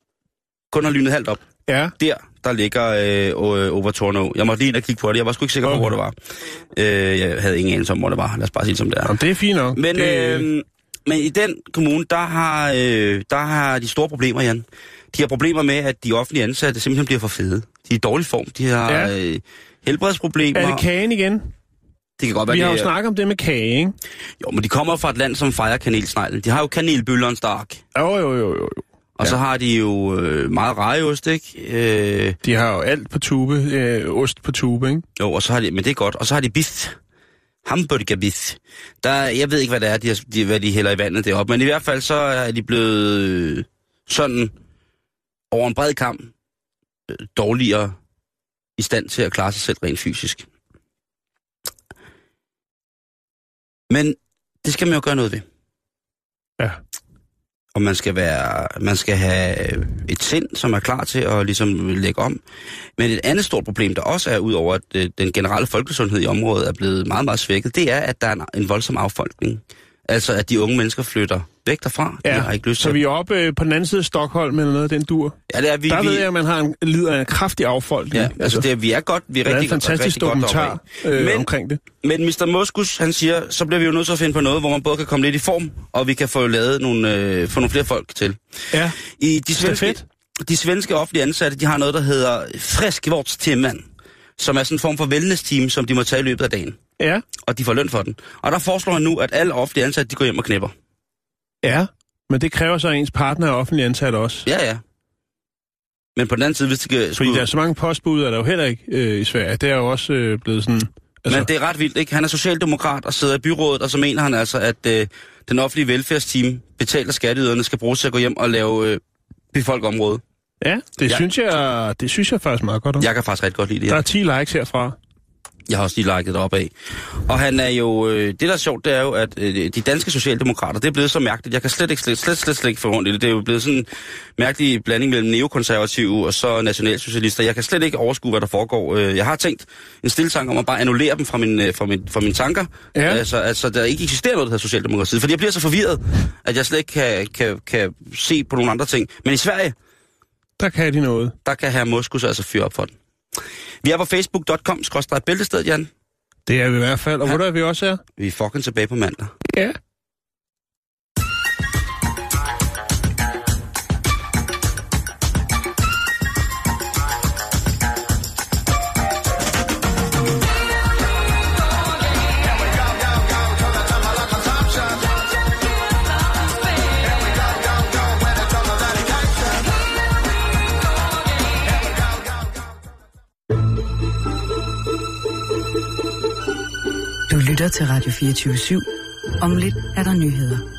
Speaker 4: kun har lynet halvt op,
Speaker 5: ja.
Speaker 4: der, der ligger øh, over Tornå. Jeg måtte lige ind og kigge på det. Jeg var sgu ikke sikker okay. på, hvor det var. Øh, jeg havde ingen anelse om, hvor det var. Lad os bare sige, som det er.
Speaker 5: Jamen, det er fint nok.
Speaker 4: Men,
Speaker 5: det...
Speaker 4: øh, men i den kommune, der har, øh, der har de store problemer, Jan. De har problemer med, at de offentlige ansatte simpelthen bliver for fede. De er i dårlig form. De har ja. øh, helbredsproblemer.
Speaker 5: Er det kagen igen?
Speaker 4: Det kan godt være,
Speaker 5: Vi har
Speaker 4: det,
Speaker 5: jo snakket om det med kage, ikke?
Speaker 4: Jo, men de kommer fra et land, som fejrer kanelsneglen. De har jo kanelbølleren stark.
Speaker 5: Jo, jo, jo, jo.
Speaker 4: Og ja. så har de jo øh, meget rejeost, ikke? Øh,
Speaker 5: de har jo alt på tube, øh, ost på tube, ikke?
Speaker 4: Jo, og så har de, men det er godt. Og så har de biff. Hamburgerbiff. Der, jeg ved ikke, hvad det er, de, har, de, hvad de hælder i vandet deroppe. Men i hvert fald så er de blevet øh, sådan over en bred kamp øh, dårligere i stand til at klare sig selv rent fysisk. Men det skal man jo gøre noget ved.
Speaker 5: Ja.
Speaker 4: Og man skal være, man skal have et sind, som er klar til at ligesom lægge om. Men et andet stort problem, der også er, ud over at øh, den generelle folkesundhed i området er blevet meget, meget svækket, det er, at der er en, en voldsom affolkning. Altså, at de unge mennesker flytter væk derfra.
Speaker 5: Ja,
Speaker 4: de har ikke lyst
Speaker 5: så
Speaker 4: til.
Speaker 5: vi er oppe øh, på den anden side af Stockholm, eller noget af den dur.
Speaker 4: Ja, det er vi.
Speaker 5: Der
Speaker 4: vi...
Speaker 5: ved jeg, at man har en, lider af en kraftig affolkning.
Speaker 4: Ja, altså, altså det er, vi er godt, vi er,
Speaker 5: rigtig,
Speaker 4: rigtig,
Speaker 5: er en fantastisk
Speaker 4: rigtig
Speaker 5: dokumentar øh, men, omkring det.
Speaker 4: Men mister Moskus, han siger, så bliver vi jo nødt til at finde på noget, hvor man både kan komme lidt i form, og vi kan få lavet nogle, øh, få nogle flere folk til.
Speaker 5: Ja,
Speaker 4: I de svenske, de svenske offentlige ansatte, de har noget, der hedder friskvårdstimmen, som er sådan en form for wellness-team, som de må tage i løbet af dagen.
Speaker 5: Ja.
Speaker 4: Og de får løn for den. Og der foreslår han nu, at alle offentlige ansatte, de går hjem og knipper.
Speaker 5: Ja, men det kræver så, at ens partner er offentlig ansat også.
Speaker 4: Ja, ja. Men på den anden side, hvis det skal...
Speaker 5: Fordi
Speaker 4: skulle...
Speaker 5: der er så mange postbud, er der jo heller ikke øh, i Sverige. Det er jo også øh, blevet sådan...
Speaker 4: Altså... Men det er ret vildt, ikke? Han er socialdemokrat og sidder i byrådet, og så mener han altså, at øh, den offentlige velfærdsteam betaler skatteyderne skal bruges til at gå hjem og lave øh, befolkområde.
Speaker 5: Ja, det, ja. Synes jeg, det synes jeg faktisk meget godt om.
Speaker 4: Jeg kan faktisk rigtig godt lide det.
Speaker 5: Der er ti likes herfra.
Speaker 4: Jeg har også lige liket op af. Og han er jo... Øh, det, der er sjovt, det er jo, at øh, de danske socialdemokrater, det er blevet så mærkeligt. Jeg kan slet ikke, slet, slet, slet, slet ikke få rundt i det. Det er jo blevet sådan en mærkelig blanding mellem neokonservative og så nationalsocialister. Jeg kan slet ikke overskue, hvad der foregår. Jeg har tænkt en stille tanke om at bare annullere dem fra, min, fra, min, fra mine tanker. Ja. Altså, altså, der ikke eksisterer noget, der hedder socialdemokratiet. Fordi jeg bliver så forvirret, at jeg slet ikke kan, kan, kan se på nogle andre ting. Men i Sverige...
Speaker 5: Der kan de noget.
Speaker 4: Der kan herr Moskus altså fyre op for den. Vi er på facebook punktum com skråstreg bæltestedet, Jan.
Speaker 5: Det er vi i hvert fald. Og ja. Hvor der er vi også er?
Speaker 4: Vi er fucking tilbage på mandag.
Speaker 5: Ja.
Speaker 1: Du lytter til Radio fireogtyve syv. Om lidt er der nyheder.